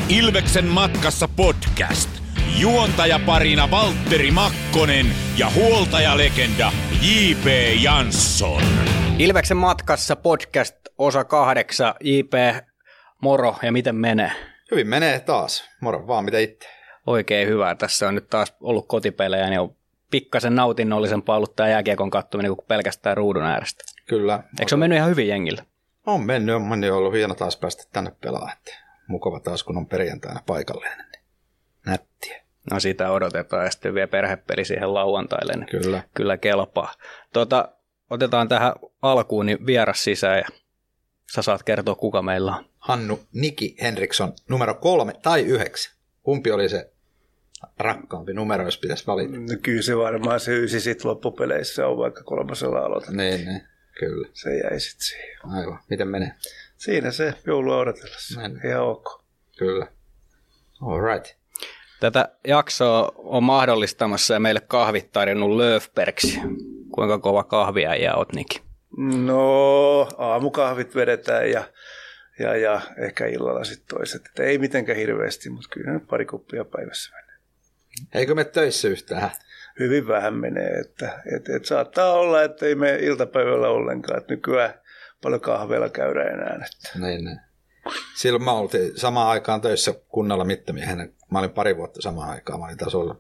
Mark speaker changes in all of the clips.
Speaker 1: Ilveksen matkassa podcast. Juontajaparina Valtteri Makkonen ja huoltajalegenda J.P. Jansson.
Speaker 2: Ilveksen matkassa podcast osa 8. J.P. moro ja miten menee?
Speaker 3: Hyvin menee taas. Moro vaan, mitä itse?
Speaker 2: Oikein hyvä. Tässä on nyt taas ollut kotipelejä, niin on pikkasen nautinnollisempaa ollut tämä jääkiekon kattominen kuin pelkästään ruudun äärestä.
Speaker 3: Kyllä.
Speaker 2: Eikö se ole mennyt ihan hyvin jengillä?
Speaker 3: On mennyt, on ollut hieno taas päästä tänne pelaamaan. Mukava taas, kun on perjantaina paikallinen. Nättiä.
Speaker 2: No sitä odotetaan ja sitten vielä perhepeli siihen lauantaille, niin kyllä kelpaa. Otetaan tähän alkuun niin vieras sisään ja sä saat kertoa, kuka meillä on.
Speaker 3: Hannu Niki Henriksson, numero 3 tai 9. Kumpi oli se rakkaampi numero, jos pitäisi valita?
Speaker 4: No kyllä se varmaan se 9 sitten loppupeleissä on, vaikka 3 aloitat.
Speaker 3: Niin, kyllä.
Speaker 4: Se jäi sitten siihen.
Speaker 3: Aivan. Miten menee?
Speaker 4: Siinä se joulua odotellessa. Ihan ok.
Speaker 3: Kyllä. All right.
Speaker 2: Tätä jaksoa on mahdollistamassa ja meille kahvit tarjonnut Löfbergs. Kuinka kova kahviäijä oot, Niki?
Speaker 4: No, aamukahvit vedetään ja ehkä illalla sitten toiset. Että ei mitenkään hirveästi, mutta kyllä nyt pari kuppia päivässä menee.
Speaker 3: Eikö me töissä yhtään?
Speaker 4: Hyvin vähän menee, että saattaa olla, että ei me iltapäivällä ollenkaan. Että nykyään paljon kahveilla käydään enää. Että.
Speaker 3: Niin. Silloin mä oltiin samaan aikaan töissä kunnalla mittamiehenä. Mä olin pari vuotta samaan aikaan. Mä olin tasolla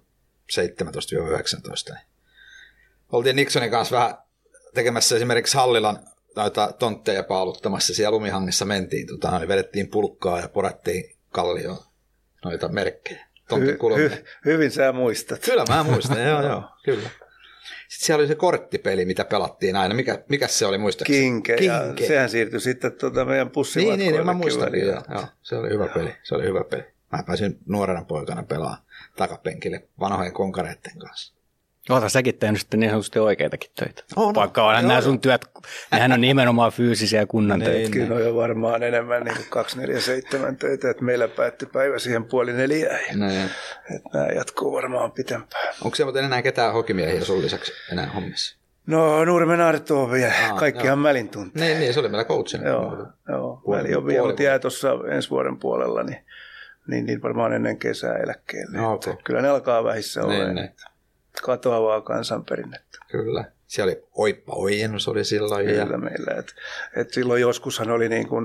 Speaker 3: 17-19. Oltiin Nixonin kanssa vähän tekemässä esimerkiksi Hallilan noita tontteja paaluttamassa. Siellä lumihangissa mentiin. Vedettiin pulkkaa ja porattiin kallioon noita merkkejä.
Speaker 4: Hyvin sä muistat.
Speaker 3: Kyllä mä muistan, joo, kyllä. Sitten siellä oli se korttipeli, mitä pelattiin aina. Mikä se oli, muistaakseni?
Speaker 4: Kinke. Ja sehän siirtyi sitten meidän pussimatkoille.
Speaker 3: Niin, mä muistan. Joo, se oli hyvä peli. Mä pääsin nuorena poikana pelaamaan takapenkille vanhojen konkareitten kanssa.
Speaker 2: Oota, säkin tehnyt sitten niin sanotusti oikeitakin töitä. Vaikka
Speaker 3: onhan
Speaker 2: nämä sun työt, nehän on nimenomaan fyysisiä kunnan töitä.
Speaker 4: Kyllä on jo varmaan enemmän niin kuin 247 töitä, että meillä päättyi päivä siihen 3:30. Että nämä jatkuu varmaan pitempään.
Speaker 3: Onko se muuten enää ketään hokimiehiä sun lisäksi enää hommissa?
Speaker 4: No Nurmen Arto on vielä, kaikkihan Mälin tuntee.
Speaker 3: Niin, se oli meillä coachina.
Speaker 4: Joo. Mäli on vielä, mutta jää tuossa ensi vuoden puolella, niin varmaan ennen kesää eläkkeelle.
Speaker 3: No, okay.
Speaker 4: Kyllä ne alkaa vähissä olemaan. Katoavaa kansanperinnettä.
Speaker 3: Kyllä. Siellä oli Oippa Ojennus oli silloin.
Speaker 4: Kyllä meillä. Et silloin joskushan oli niin kuin,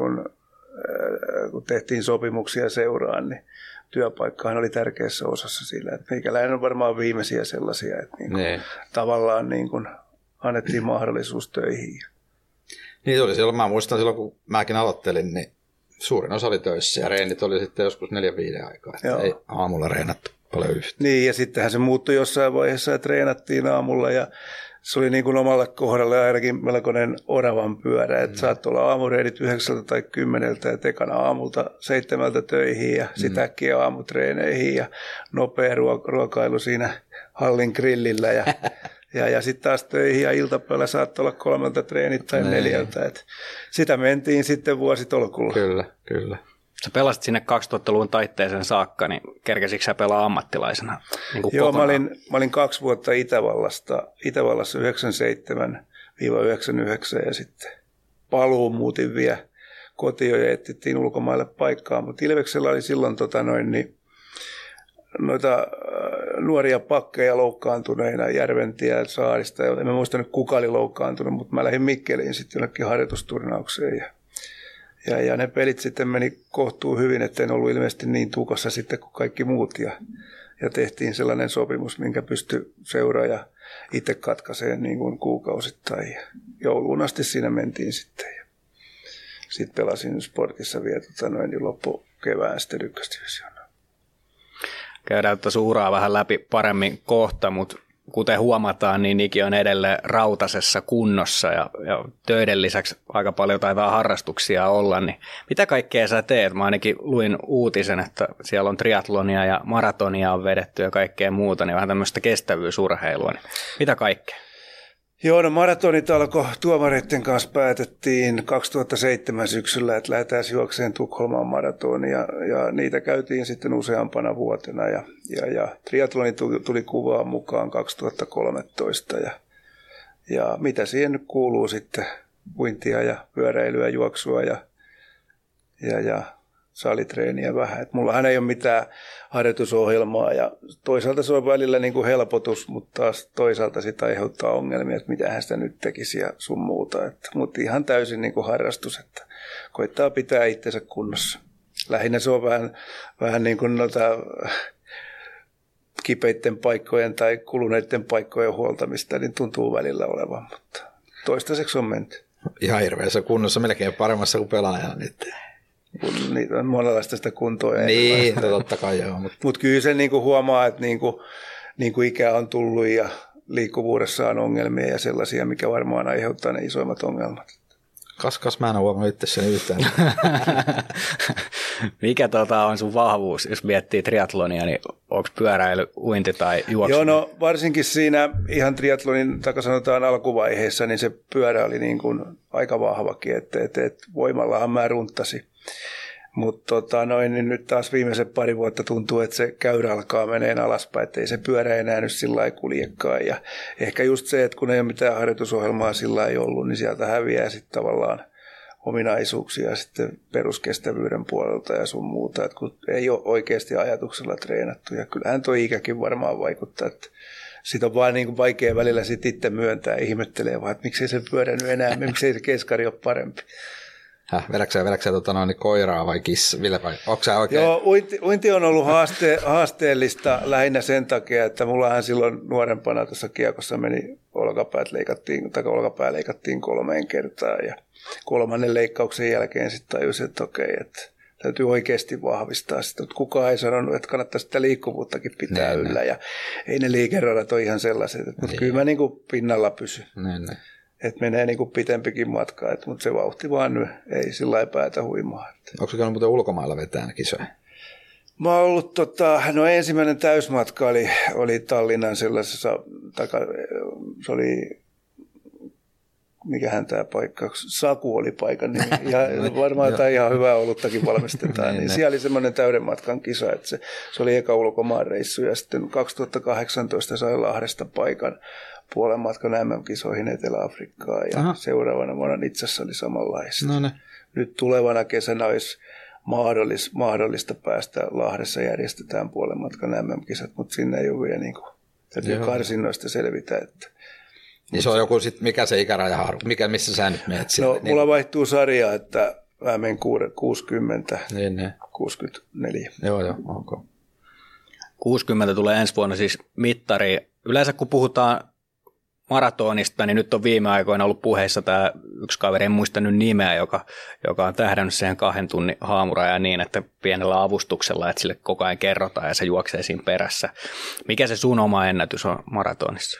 Speaker 4: kun tehtiin sopimuksia seuraan, niin työpaikkahan oli tärkeässä osassa sillä. Et meikäläinen on varmaan viimeisiä sellaisia, että tavallaan niin kuin annettiin mahdollisuus töihin.
Speaker 3: Niin se oli silloin. Mä muistan silloin, kun mäkin aloittelin, niin suurin osa oli töissä ja reenit oli sitten joskus 4-5 aikaa. Ei aamulla reenattu.
Speaker 4: Niin, ja sittenhän se muuttui jossain vaiheessa, että treenattiin aamulla, ja se oli niin kuin omalle kohdalle ainakin melkoinen oravan pyörä, että saattoi olla aamureenit 9 tai 10 ja tekana aamulta 7 töihin ja sitten äkkiä aamutreeneihin ja nopea ruokailu siinä hallin grillillä ja sitten taas töihin ja iltapäivällä saattoi olla 3 treenit tai 4. Että sitä mentiin sitten vuositolkulla.
Speaker 3: Kyllä.
Speaker 2: Sä pelasit sinne 2000-luvun taitteeseen saakka, niin kerkesikö sä pelaa ammattilaisena? Niin
Speaker 4: joo, mä olin 2 vuotta Itävallassa 97-99 ja sitten paluun muutin vielä kotiin ja etsittiin ulkomaille paikkaa. Mutta Ilveksellä oli silloin noita nuoria pakkeja loukkaantuneina Järventiä, Saarista. En muista nyt kuka oli loukkaantunut, mutta mä lähdin Mikkeliin sitten jonnekin harjoitusturnaukseen ja ne pelit sitten meni kohtuu hyvin, ettei ollut ilmeisesti niin tukossa sitten kuin kaikki muut. Ja tehtiin sellainen sopimus, minkä pystyi seuraaja itse katkaiseen niin kuin kuukausittain. Ja jouluun asti siinä mentiin sitten. Ja sitten pelasin Sportissa vielä loppukevään sitten ykkösdivisioonaa.
Speaker 2: Käydään tuossa uraa vähän läpi paremmin kohta, mutta kuten huomataan, niin Niki on edelleen rautasessa kunnossa ja töiden lisäksi aika paljon taitaa harrastuksia olla. Niin mitä kaikkea sä teet? Mä ainakin luin uutisen, että siellä on triathlonia ja maratonia on vedetty ja kaikkea muuta, niin vähän tämmöistä kestävyysurheilua. Niin mitä kaikkea?
Speaker 4: Joo, no maratonit alkoi tuomareiden kanssa päätettiin 2007 syksyllä, että lähdetään juokseen Tukholmaan maratonia ja niitä käytiin sitten useampana vuotena ja triathloni tuli kuvaan mukaan 2013 ja mitä siihen nyt kuuluu sitten, uintia ja pyöräilyä, juoksua ja salitreeniä vähän. Et mullahan ei ole mitään harjoitusohjelmaa ja toisaalta se on välillä niin kuin helpotus, mutta taas toisaalta sitä aiheuttaa ongelmia, että mitä hän sitä nyt tekisi ja sun muuta. Mutta ihan täysin niin kuin harrastus, että koittaa pitää itsensä kunnossa. Lähinnä se on vähän niin kuin kipeitten paikkojen tai kuluneiden paikkojen huoltamista, niin tuntuu välillä olevan, mutta toistaiseksi on menty.
Speaker 3: Ihan hirveässä kunnossa, melkein paremmassa kuin pelaajana nyt.
Speaker 4: Niitä on monenlaista sitä kuntoa.
Speaker 3: Niin, totta kai joo.
Speaker 4: Mutta kyllä se niinku huomaa, että niinku ikää on tullut ja liikkuvuudessa on ongelmia ja sellaisia, mikä varmaan aiheuttaa ne isoimmat ongelmat.
Speaker 3: Kas mä en ole huomannut itsessäni yhtään.
Speaker 2: Mikä on sun vahvuus, jos miettii triathlonia, niin onko pyöräily, uinti tai juoksu?
Speaker 4: Joo, no varsinkin siinä ihan triathlonin, tai sanotaan alkuvaiheessa, niin se pyörä oli niin kuin aika vahvakin, että voimallahan mä runttasin. Mutta niin nyt taas viimeiset pari vuotta tuntuu, että se käyrä alkaa meneen alaspäin, että ei se pyörä enää nyt sillä lailla kuljekaan. Ja ehkä just se, että kun ei ole mitään harjoitusohjelmaa sillä lailla ollut, niin sieltä häviää sitten tavallaan ominaisuuksia sitten peruskestävyyden puolelta ja sun muuta, että kun ei ole oikeasti ajatuksella treenattu. Ja kyllähän tuo ikäkin varmaan vaikuttaa, että siitä on vaan niin kuin vaikea välillä sitten itse myöntää ja ihmettelee vaan, että miksei se pyörännyt enää, miksei se keskari ole parempi.
Speaker 3: Vedäksä koiraa vai kissa? Onko sä oikein?
Speaker 4: Joo, uinti on ollut haasteellista lähinnä sen takia, että mullahan silloin nuorempana tuossa kiekossa meni olkapää leikattiin 3 kertaa ja 3. leikkauksen jälkeen sitten tajusin, että okei, että täytyy oikeasti vahvistaa sitä, mutta kukaan ei sanonut, että kannattaa sitä liikkuvuuttakin pitää yllä ja ei ne liikeradat ole ihan sellaiset, mutta kyllä mä niin kuin pinnalla pysyn. Että menee niin kuin pitempikin matka, mutta se vauhti vaan ei sillä lailla päätä huimaa.
Speaker 3: Onko se käynyt muuten ulkomailla vetää kisoja?
Speaker 4: Mä oon ollut, ensimmäinen täysmatka oli Tallinnan sellaisessa, se oli, mikähän tämä paikka, Saku oli paikan nimi, ja varmaan tämä ihan hyvää oluttakin valmistetaan, niin siellä oli semmoinen täyden matkan kisa, että se oli eka ulkomaanreissu, ja sitten 2018 sai Lahdesta paikan puolen matkan MM-kisoihin Etelä-Afrikkaan ja seuraavana vuonna Nitsassa oli samanlaista. Nyt tulevana kesänä olisi mahdollista päästä Lahdessa, järjestetään puolen matkan MM-kisat, mutta sinne ei ole vielä niin kuin, täytyy karsinnoista selvitä.
Speaker 3: Niin se on joku sit, mikä se ikäraja, missä sä nyt menet sinne?
Speaker 4: No mulla vaihtuu sarja, että mä menen 60, 64.
Speaker 3: Joo, okay.
Speaker 2: 60 tulee ensi vuonna siis mittari. Yleensä kun puhutaan maratonista, niin nyt on viime aikoina ollut puheissa tämä yksi kaveri, en muista nyt nimeä, joka on tähdännyt siihen 2 tunnin haamurajaan niin, että pienellä avustuksella, että sille koko ajan kerrotaan ja se juoksee siinä perässä. Mikä se sun oma ennätys on maratonissa?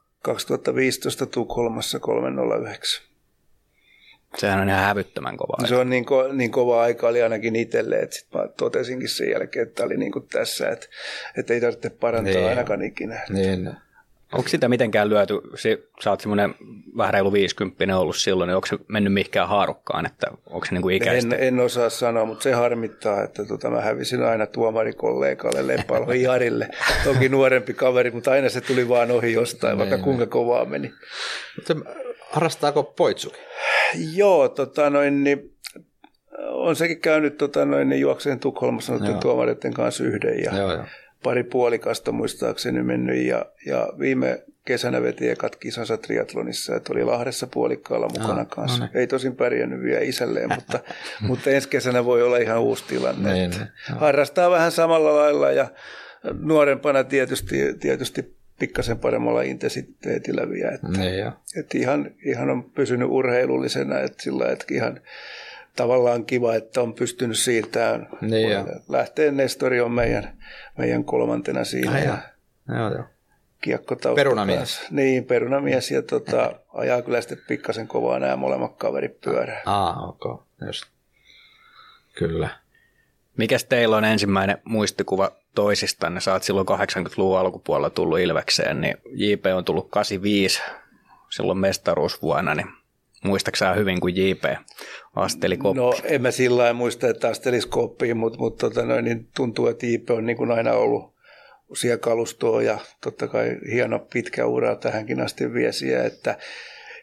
Speaker 4: 2015 Tukholmassa 3:09.
Speaker 2: Sehän on ihan hävyttömän kova aika.
Speaker 4: Se on niin kova aika oli ainakin itselle, että sitten mä totesinkin sen jälkeen, että tämä oli niin kuin tässä, että ei tarvitse parantaa ainakaan ikinä.
Speaker 3: Niin.
Speaker 2: Onko sitä mitenkään lyöty, sä oot semmoinen vähän reilu 50 ollut silloin, niin onko se mennyt mihinkään haarukkaan, että onko se niin kuin ikäistä?
Speaker 4: En osaa sanoa, mutta se harmittaa, että mä hävisin aina tuomarikollegalle Lepalo Jarille. Toki nuorempi kaveri, mutta aina se tuli vaan ohi jostain, vaikka kuinka kovaa meni.
Speaker 3: Mutta harrastaako Poitsukin?
Speaker 4: Joo, niin on sekin käynyt juokseen Tukholmassa tuomareiden kanssa yhden ja pari puolikasta muistaakseni mennyt ja viime kesänä veti ekat kisansa triathlonissa, että oli Lahdessa puolikkaalla mukana kanssa. Ei tosin pärjännyt vielä isälleen, mutta ensi kesänä voi olla ihan uusi tilanne. Harrastaa vähän samalla lailla ja nuorempana tietysti pikkasen paremmalla intensiteetillä vielä. Että ihan on pysynyt urheilullisena, että sillä että ihan tavallaan kiva, että on pystynyt siirtämään. Lähteen Nestori on meidän 3. siinä.
Speaker 3: Joo.
Speaker 4: Kiekkotausta.
Speaker 3: Perunamies.
Speaker 4: Niin, perunamies ja ajaa kyllä sitten pikkasen kovaa nämä molemmat kaverit pyörää.
Speaker 3: Okay. Just. Kyllä.
Speaker 2: Mikäs teillä on ensimmäinen muistikuva toisistanne? Sä oot silloin 80-luvun alkupuolella tullut Ilvekseen, niin JP on tullut 85 silloin mestaruusvuonna, niin muistatko sä hyvin, kun JP asteli koppiin?
Speaker 4: No en mä sillä lailla muista, että astelisi koppiin, mutta niin tuntuu, että JP on niin kuin aina ollut siellä kalustoa ja totta kai hieno pitkä ura tähänkin asti viesiä, että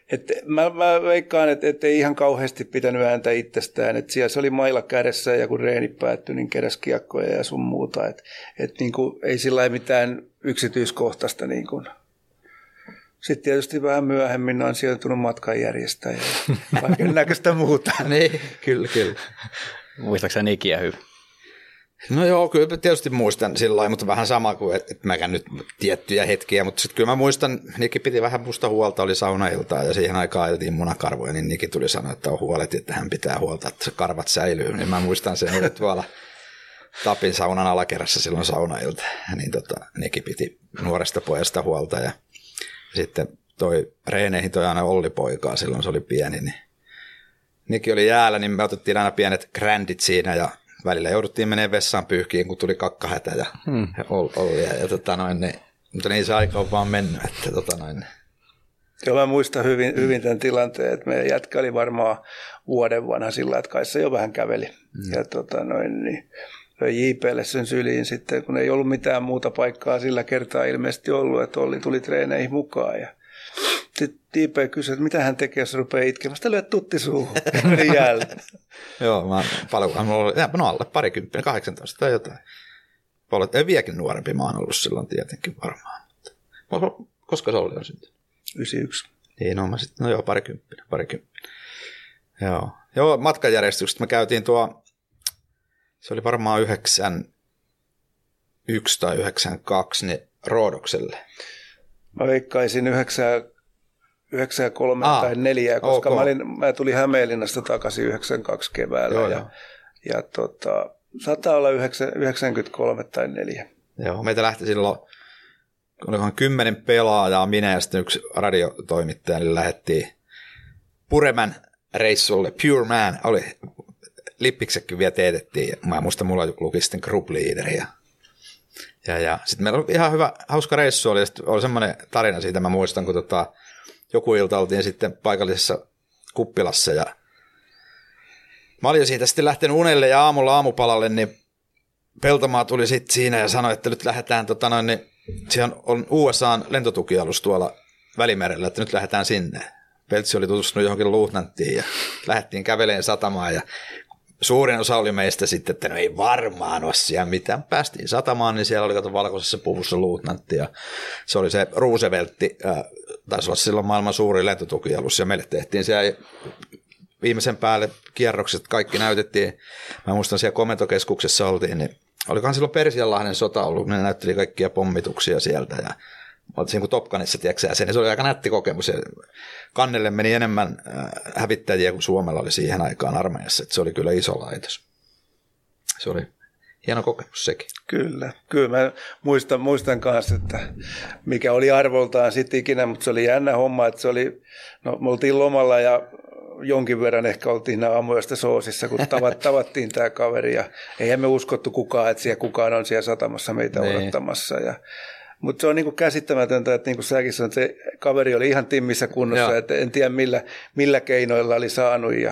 Speaker 4: Mä veikkaan, että ei ihan kauheasti pitänyt ääntä itsestään. Että siellä se oli mailla kädessä ja kun reeni päättyi, niin keräsi kiekkoja ja sun muuta. Että niin kuin, ei sillä ei mitään yksityiskohtaista. Niin kuin. Sitten tietysti vähän myöhemmin on sijoitunut matkanjärjestäjä ja kaikennäköistä muuta.
Speaker 3: Niin, kyllä.
Speaker 2: Muistaakseni Nikiä hyvin?
Speaker 3: No joo, kyllä tietysti muistan sillä lailla, mutta vähän sama kuin, että mäkään nyt tiettyjä hetkiä, mutta sitten kyllä mä muistan, Niki piti vähän musta huolta, oli saunailtaa ja siihen aikaan ajeltiin munakarvoja, niin Niki tuli sanoa, että on huoleti, että hän pitää huolta, että karvat säilyy, niin mä muistan sen, että tuolla Tapin saunan alakerrassa silloin saunailta, niin Niki piti nuoresta pojasta huolta ja sitten reeneihin toi aina Olli poikaa, silloin se oli pieni, niin Niki oli jäällä, niin me otettiin aina pienet grändit siinä ja välillä jouduttiin menemään vessaan pyyhkiin, kun tuli kakkahätä ja Olli. Niin, mutta niin se aika on vaan mennyt. Että,
Speaker 4: Joo, mä muistan hyvin tämän tilanteen, että meidän jätkä oli varmaan vuoden vanha sillä, että Kaissa jo vähän käveli. Ja niin löi JP:lle sen syliin sitten, kun ei ollut mitään muuta paikkaa sillä kertaa ilmeisesti ollut, että Olli tuli treeneihin mukaan. Ja sitten JP kysyi, että mitä hän tekee, jos rupeaa itkemään. Sitä lyöt tutti suuhun. Meni jälleen.
Speaker 3: Joo, alle 20, 18 tai jotain. Ei vieläkin nuorempi mä oon ollut silloin tietenkin varmaan. Koska se oli syntynyt?
Speaker 4: 91.
Speaker 3: Niin, no joo, parikymppinen. Joo, matkanjärjestyksestä me käytiin se oli varmaan 91 tai 92, niin Roodokselle. Mä
Speaker 4: veikkaisin 93 tai 4, koska mä tulin Hämeenlinnasta takaisin 92 keväällä. Ja saattaa olla 93 tai 4.
Speaker 3: Joo, meitä lähti silloin, olikohan 10 pelaajaa, minä ja sitten yksi radiotoimittaja, niin lähdettiin Pureman reissulle. Pure Man oli, lippiksekin vielä teetettiin. Mä muistan, mulla luki sitten group leader ja sitten meillä oli ihan hauska reissu, oli semmoinen tarina siitä, mä muistan, kun joku ilta oltiin sitten paikallisessa kuppilassa ja mä olin jo siitä sitten lähtenyt unelle ja aamulla aamupalalle, niin Peltomaa tuli sitten siinä ja sanoi, että nyt lähdetään, niin siellä on USA:n lentotukialus tuolla Välimerellä, että nyt lähdetään sinne. Peltsi oli tutustunut johonkin luutnanttiin ja lähdettiin käveleen satamaan ja suurin osa oli meistä sitten, että no ei varmaan ole siellä mitään. Päästiin satamaan, niin siellä oli valkoisessa puvussa luutnantti ja se oli se Rooseveltti, taisi olla silloin maailman suurin lentotukialus ja meille tehtiin siellä viimeisen päälle kierrokset, kaikki näytettiin. Mä muistan siellä komentokeskuksessa oltiin, niin olikohan silloin Persianlahden sota ollut, ne näytteli kaikkia pommituksia sieltä ja oltiin kuin Top Gunissa, tiedätkö se oli aika nätti kokemus. Kannelle meni enemmän hävittäjiä kuin Suomella oli siihen aikaan armeijassa, että se oli kyllä iso laitos. Se oli hieno kokemus sekin.
Speaker 4: Kyllä mä muistan kanssa, että mikä oli arvoltaan sitten ikinä, mutta se oli jännä homma, että se oli, me oltiin lomalla ja jonkin verran ehkä oltiin aamuyöstä soosissa, kun tavattiin tämä kaveri ja eihän me uskottu kukaan, että siellä kukaan on siellä satamassa meitä odottamassa mutta se on niinku käsittämätöntä, että niin kuin säkin sanoit, se kaveri oli ihan timmissä kunnossa, että en tiedä millä keinoilla oli saanut. Ja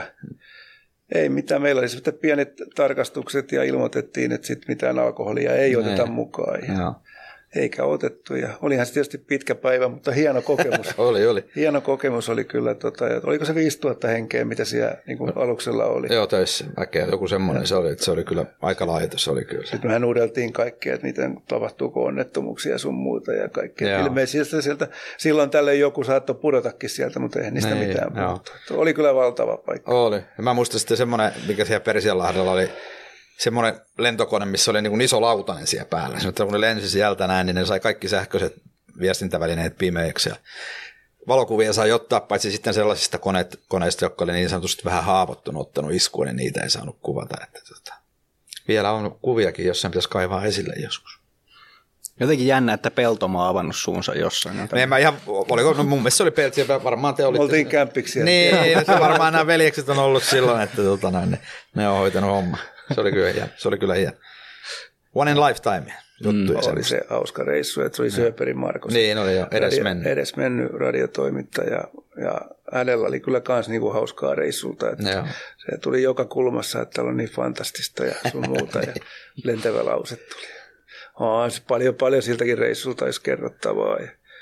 Speaker 4: ei mitään, meillä oli sitten pienet tarkastukset ja ilmoitettiin, että sitten mitään alkoholia ei oteta mukaan. Eikä otettu. Ja olihan se tietysti pitkä päivä, mutta hieno kokemus.
Speaker 3: oli.
Speaker 4: Hieno kokemus oli kyllä. Oliko se 5000 henkeä, mitä siellä niin kuin aluksella oli?
Speaker 3: Joo, töissä väkeä. Joku semmoinen se oli, että se oli kyllä aika laitos. Oli kyllä.
Speaker 4: Sitten mehän uudeltiin kaikkea, että miten tapahtuuko onnettomuuksia ja sun muuta ja kaikkea. Ilmeisesti sieltä, silloin tällöin joku saattoi pudotakin sieltä, mutta ei niistä mitään puhuttu. Oli kyllä valtava paikka.
Speaker 3: Oli. Ja mä muistan sitten semmoinen, mikä siellä Persianlahdella oli, semmoinen lentokone, missä oli niin kuin iso lautanen siellä päällä. Kun ne lensi sieltä näin, niin ne sai kaikki sähköiset viestintävälineet pimeäksi. Ja valokuvia sai ottaa, paitsi sitten sellaisista koneista, jotka oli niin sanotusti vähän haavoittunut, ottanut iskua, niin niitä ei saanut kuvata. Että vielä on kuviakin, jossain pitäisi kaivaa esille joskus.
Speaker 2: Jotenkin jännä, että Peltomaa avannut suunsa jossain.
Speaker 3: En mä ihan, oliko, mun mielestä se oli Peltsi, varmaan te olitte.
Speaker 4: Oltiin kämpiksiä.
Speaker 3: Niin, varmaan nämä veljekset on ollut silloin, että ne on hoitanut homma. Se oli kyllä hieno. One in lifetime juttuja.
Speaker 4: Oli se hauska reissu, että se oli Sööperin Marko.
Speaker 3: Niin oli jo,
Speaker 4: edes mennyt radiotoimittaja. Ja hänellä oli kyllä myös niinku hauskaa reissulta. Että se tuli joka kulmassa, että täällä on niin fantastista ja sun muuta. Ja lentävä lause tuli. Paljon siltäkin reissulta olisi kerrottavaa. Ja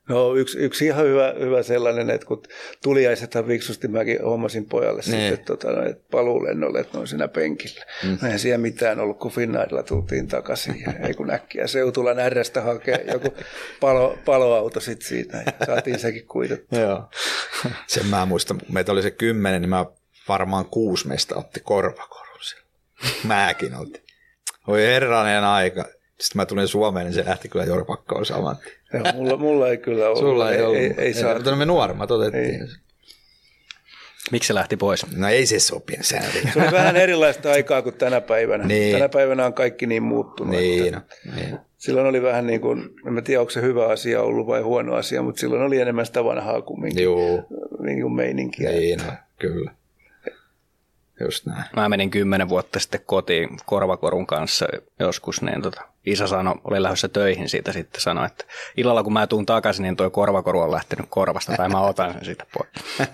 Speaker 4: No yksi ihan hyvä sellainen, että kun tuliaisethan viksusti mäkin hommasin pojalle sitten paluulennolle, että ne on siinä penkillä. Eihän siellä mitään ollut, kun Finnairilla tultiin takaisin. Ei kun äkkiä Seutulan R:stä hakea joku paloauto sitten siitä. Ja saatiin sekin kuidettua.
Speaker 3: Joo. Sen mä muistan, kun meitä oli se 10, niin mä varmaan 6 meistä otti korvakorun siellä. Mäkin otin. Oi herranen aika. Sitten mä tulin Suomeen, niin se lähti kyllä jorpakkoon saman.
Speaker 4: Joo, mulla ei kyllä ollut.
Speaker 3: Sulla ei ollut.
Speaker 4: Ei saa.
Speaker 3: Mutta me nuoremmat otettiin.
Speaker 2: Miksi se lähti pois?
Speaker 3: No ei se sopinut. Se
Speaker 4: oli vähän erilaista aikaa kuin tänä päivänä.
Speaker 3: Niin.
Speaker 4: Tänä päivänä on kaikki niin muuttunut.
Speaker 3: Niin.
Speaker 4: Silloin oli vähän niin kuin, en tiedä onko se hyvä asia ollut vai huono asia, mutta silloin oli enemmän sitä vanhaa kumminkin.
Speaker 3: Joo.
Speaker 4: Niin kuin meininkiä.
Speaker 3: Niin, kyllä. Just näin.
Speaker 2: Mä menin 10 vuotta sitten kotiin korvakorun kanssa joskus, niin isä oli lähdössä töihin siitä sitten sanoi, että illalla kun mä tuun takaisin, niin toi korvakoru on lähtenyt korvasta tai mä otan sen siitä pois.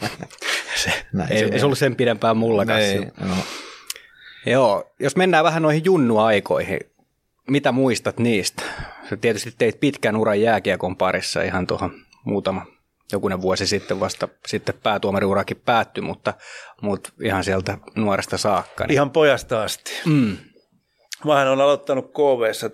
Speaker 2: Ei se ollut sen pidempään mullakaan.
Speaker 3: No.
Speaker 2: Joo, jos mennään vähän noihin junnuaikoihin, mitä muistat niistä? Sä tietysti teit pitkän uran jääkiekon parissa ihan tuohon jokunen vuosi sitten vasta sitten päätuomariurakin päättyi, mutta ihan sieltä nuoresta saakka.
Speaker 4: Ihan pojasta asti. Mähän olen aloittanut KV:ssä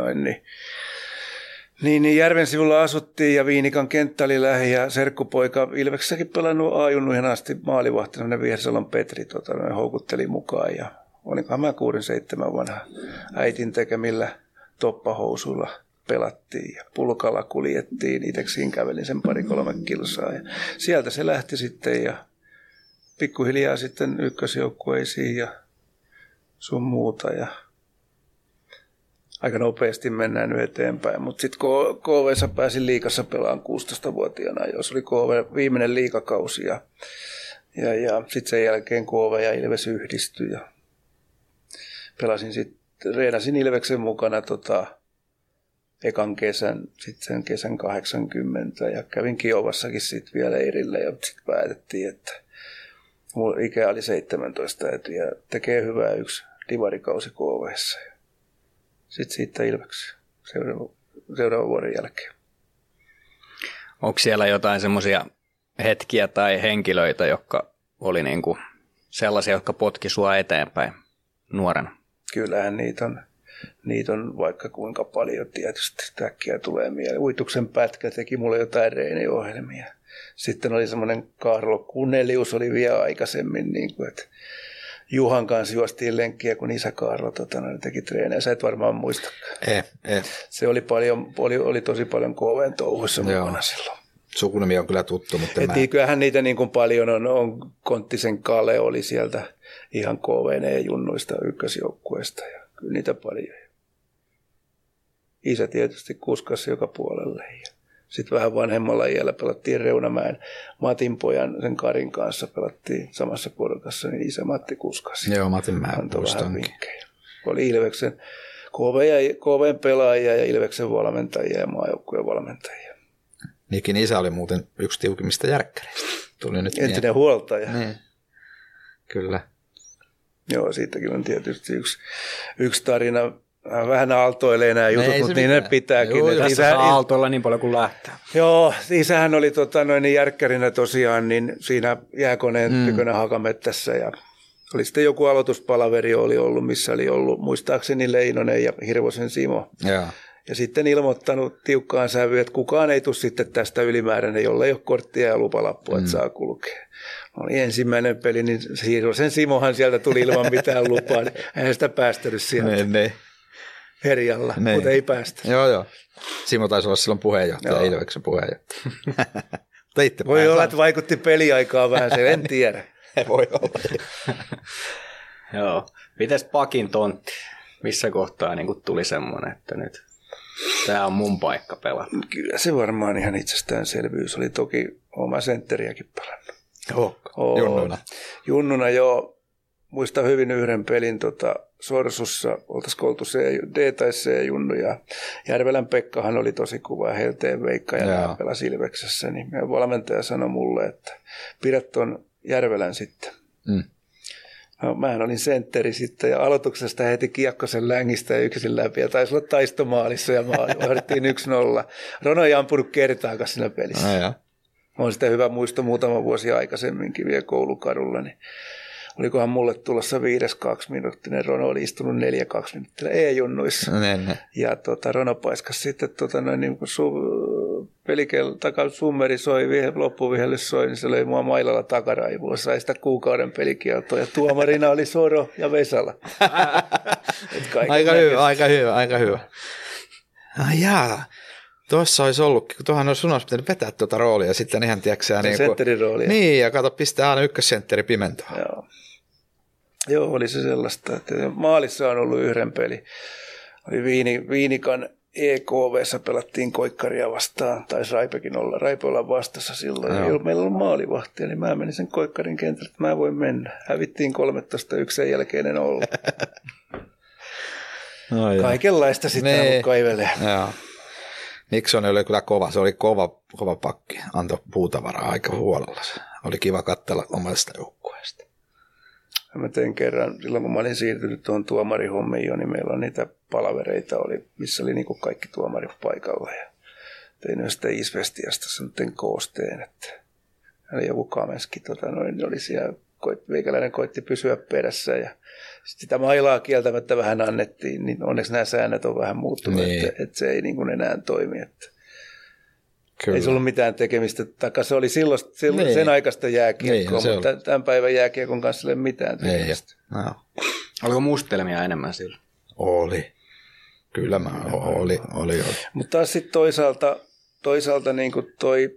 Speaker 4: niin Järven sivulla asuttiin ja Viinikan kenttä oli lähi ja serkkupoika Ilveksessäkin pelannut A-junnuihin asti maalivahti, semmoinen Vihersalon Petri houkutteli mukaan ja olinkohan mä 6-7 vanha äitin tekemillä toppahousuilla pelattiin ja pulkalla kuljettiin. Itseksiin kävelin sen 2-3 kilsaa ja sieltä se lähti sitten ja pikkuhiljaa sitten ykkösjoukkueisiin ja sun muuta ja aika nopeasti mennään nyt eteenpäin, mutta sitten KV:ssa pääsin liigassa pelaan 16-vuotiaana, jos oli KV viimeinen liigakausi ja sitten sen jälkeen KV ja Ilves yhdistyi ja pelasin sitten, reenasin Ilveksen mukana ekan kesän, sitten sen kesän 80 ja kävin Kiovassakin sitten vielä leirillä ja sitten päätettiin, että mulla ikä oli 17 ja tekee hyvää yksi divarikausi KV:ssä. Sitten siitä Ilveksi seuraavan vuoden jälkeen.
Speaker 2: Onko siellä jotain semmoisia hetkiä tai henkilöitä, jotka oli niinku sellaisia, jotka potki sua eteenpäin nuorena?
Speaker 4: Kyllähän niitä on vaikka kuinka paljon tietysti. Äkkiä tulee mieleen. Uituksen pätkä teki mulle jotain reeniohjelmia. Sitten oli semmoinen Kaarlo Kunelius oli vielä aikaisemmin, niin kuin, että Juhan kanssa juostiin lenkkiä, kun isä Kaarlo teki treenejä. Sä et varmaan muistakaan. Se oli tosi paljon KV:n touhuissa mukana silloin.
Speaker 3: Sukunimi on kyllä tuttu, mutta
Speaker 4: kyllähän niitä niin kuin paljon on. Konttisen Kale oli sieltä ihan KV:n junnuista ykkösjoukkueesta ja kyllä niitä paljon. Isä tietysti kuskasi joka puolelle. Sitten vähän vanhemmalla iällä pelattiin Reunamäen Matin pojan, sen Karin kanssa pelattiin samassa porukassa, niin isä Matti kuskasi.
Speaker 3: Joo, Matin mä
Speaker 4: muistankin. Oli Ilveksen KV:n pelaajia ja Ilveksen valmentajia ja maajoukkueen valmentajia.
Speaker 3: Nikin isä oli muuten yksi tiukimmista järkkäreistä.
Speaker 4: Entinen huoltaja.
Speaker 3: Niin. Kyllä.
Speaker 4: Joo, siitäkin on tietysti yksi tarina. Vähän aaltoilee nämä jutut, mutta niin ne pitääkin.
Speaker 2: Joo, tässä saa aaltoilla niin paljon kuin lähtee.
Speaker 4: Joo, isähän oli järkkärinä tosiaan niin siinä jääkoneen tykönä Hakamettässä ja oli sitten joku aloituspalaveri oli ollut, missä oli ollut muistaakseni Leinonen ja Hirvosen Simo. Ja sitten ilmoittanut tiukkaan sävyyn, että kukaan ei tule sitten tästä ylimääräinen, jolla ei ole korttia ja lupalappua, että saa kulkea. Oli ensimmäinen peli, niin Hirvosen Simohan sieltä tuli ilman mitään lupaa, niin eihän sitä päästänyt sieltä.
Speaker 3: Ne.
Speaker 4: Herjalla, mutta ei päästä.
Speaker 3: Joo. Simo taisi olla silloin puheenjohtaja, Ilveksen puheenjohtaja.
Speaker 4: Voi olla, että vaikutti peliaikaa vähän, se en tiedä.
Speaker 3: Voi olla.
Speaker 2: Joo. Mites pakin tontti? Missä kohtaa niin tuli semmoinen, että nyt tämä on mun paikka pelata?
Speaker 4: Kyllä se varmaan ihan itsestäänselvyys. Oli toki oma sentteriäkin pelannut. Junnuna joo. Muistan hyvin yhden pelin Sorsussa, oltaisiko oltu D tai C-junnu ja Järvelän Pekkahan oli tosi kuva ja Helteen Veikka ja pelasi Ilveksessä, niin meidän valmentaja sanoi mulle, että pidä ton Järvelän sitten. No, mähän olin sentteri sitten ja aloituksesta heti Kiekkosen längistä ja yksin läpi ja taisi olla taistomaalissa ja johdettiin 1-0. Rono ei ampunut kertaakaan siinä pelissä. On sitä hyvä muisto muutama vuosi aikaisemminkin vielä koulukadulla, niin olikohan mulle tulossa 5-2 minuuttinen, Rono oli istunut 4-2 minuuttia E-junnuissa. Ja Rono paiskasi sitten niin summeri soi, loppuvihelle soi, niin se löi mua mailalla takaraivoa. Sai sitä kuukauden pelikieltoa ja tuomarina oli Soro ja Vesala.
Speaker 3: Aika hyvä. Tuossa olisi ollutkin, kun tuohan sun olisi pitänyt vetää tuota roolia sitten ihan tiedäksä.
Speaker 4: Sentterin roolia.
Speaker 3: Niin, ja kato, pistää aina ykkössentteri pimentoon.
Speaker 4: Joo, oli se sellaista. Että maalissa on ollut yhden peli. Oli Viinikan EKV:ssä pelattiin Koikkaria vastaan, tai Raipekin olla. Raipe olla vastassa silloin. Meillä on ollut maalivahtia, niin mä menin sen Koikkarin kentälle, että mä voin mennä. Hävittiin 13-1, sen jälkeen en ollut. Kaikenlaista sitten on ollut kaivelee.
Speaker 3: Joo. Nixon oli kyllä kova, se oli kova pakki, antoi puutavaraa aika huolella. Oli kiva katsella omasta joukkueesta.
Speaker 4: Mä tein kerran, silloin kun mä olin siirtynyt tuohon tuomarihommiin jo, niin meillä on niitä palavereita, missä oli niin kuin kaikki tuomarit paikalla. Ja tein yhdestä Isvestiasta semmoinen koosteen, että oli joku Kamenski, oli siellä, meikäläinen koitti pysyä perässä ja sitä mailaa kieltämättä vähän annettiin, niin onneksi nämä säännöt on vähän muuttunut, että se ei niin kuin enää toimi. Että ei se ollut mitään tekemistä, taikka se oli silloin sen aikaista jääkiekkoa, mutta tämän päivän jääkiekon kanssa ei ole mitään tekemistä.
Speaker 2: Oliko mustelmia enemmän silloin?
Speaker 3: Oli. Kyllä oli.
Speaker 4: Mutta taas sitten toisaalta niin kuin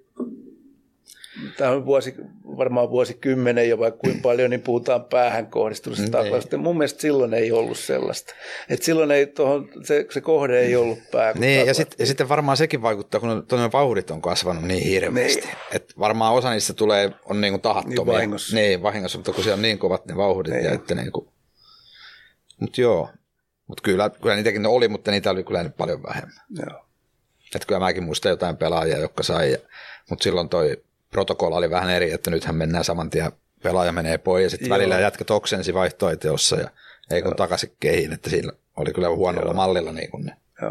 Speaker 4: tämä on varmaan vuosikymmenen jo vaikka kuinka paljon, niin puhutaan päähän kohdistuneesta taklausta. Mun mielestä silloin ei ollut sellaista. Että silloin ei se kohde ei ollut pää.
Speaker 3: Niin, ja sitten varmaan sekin vaikuttaa, kun vauhdit on kasvanut niin hirveästi. Että varmaan osa niistä on niin kuin tahattomia. Niin, vahingossa, mutta kun siellä on niin kovat ne vauhdit. Ja että niin kuin. Mutta joo, mutta kyllä niitäkin oli, mutta niitä oli kyllä nyt paljon vähemmän.
Speaker 4: Joo.
Speaker 3: Että kyllä mäkin muistan jotain pelaajia, jotka sai, mutta silloin toi protokolla oli vähän eri, että nythän mennään saman tien, pelaaja menee pois ja sitten välillä jätkät oksensi vaihtoehtoissa ja ei kun takaisin kehiin, että siinä oli kyllä huonolla mallilla niin kuin ne.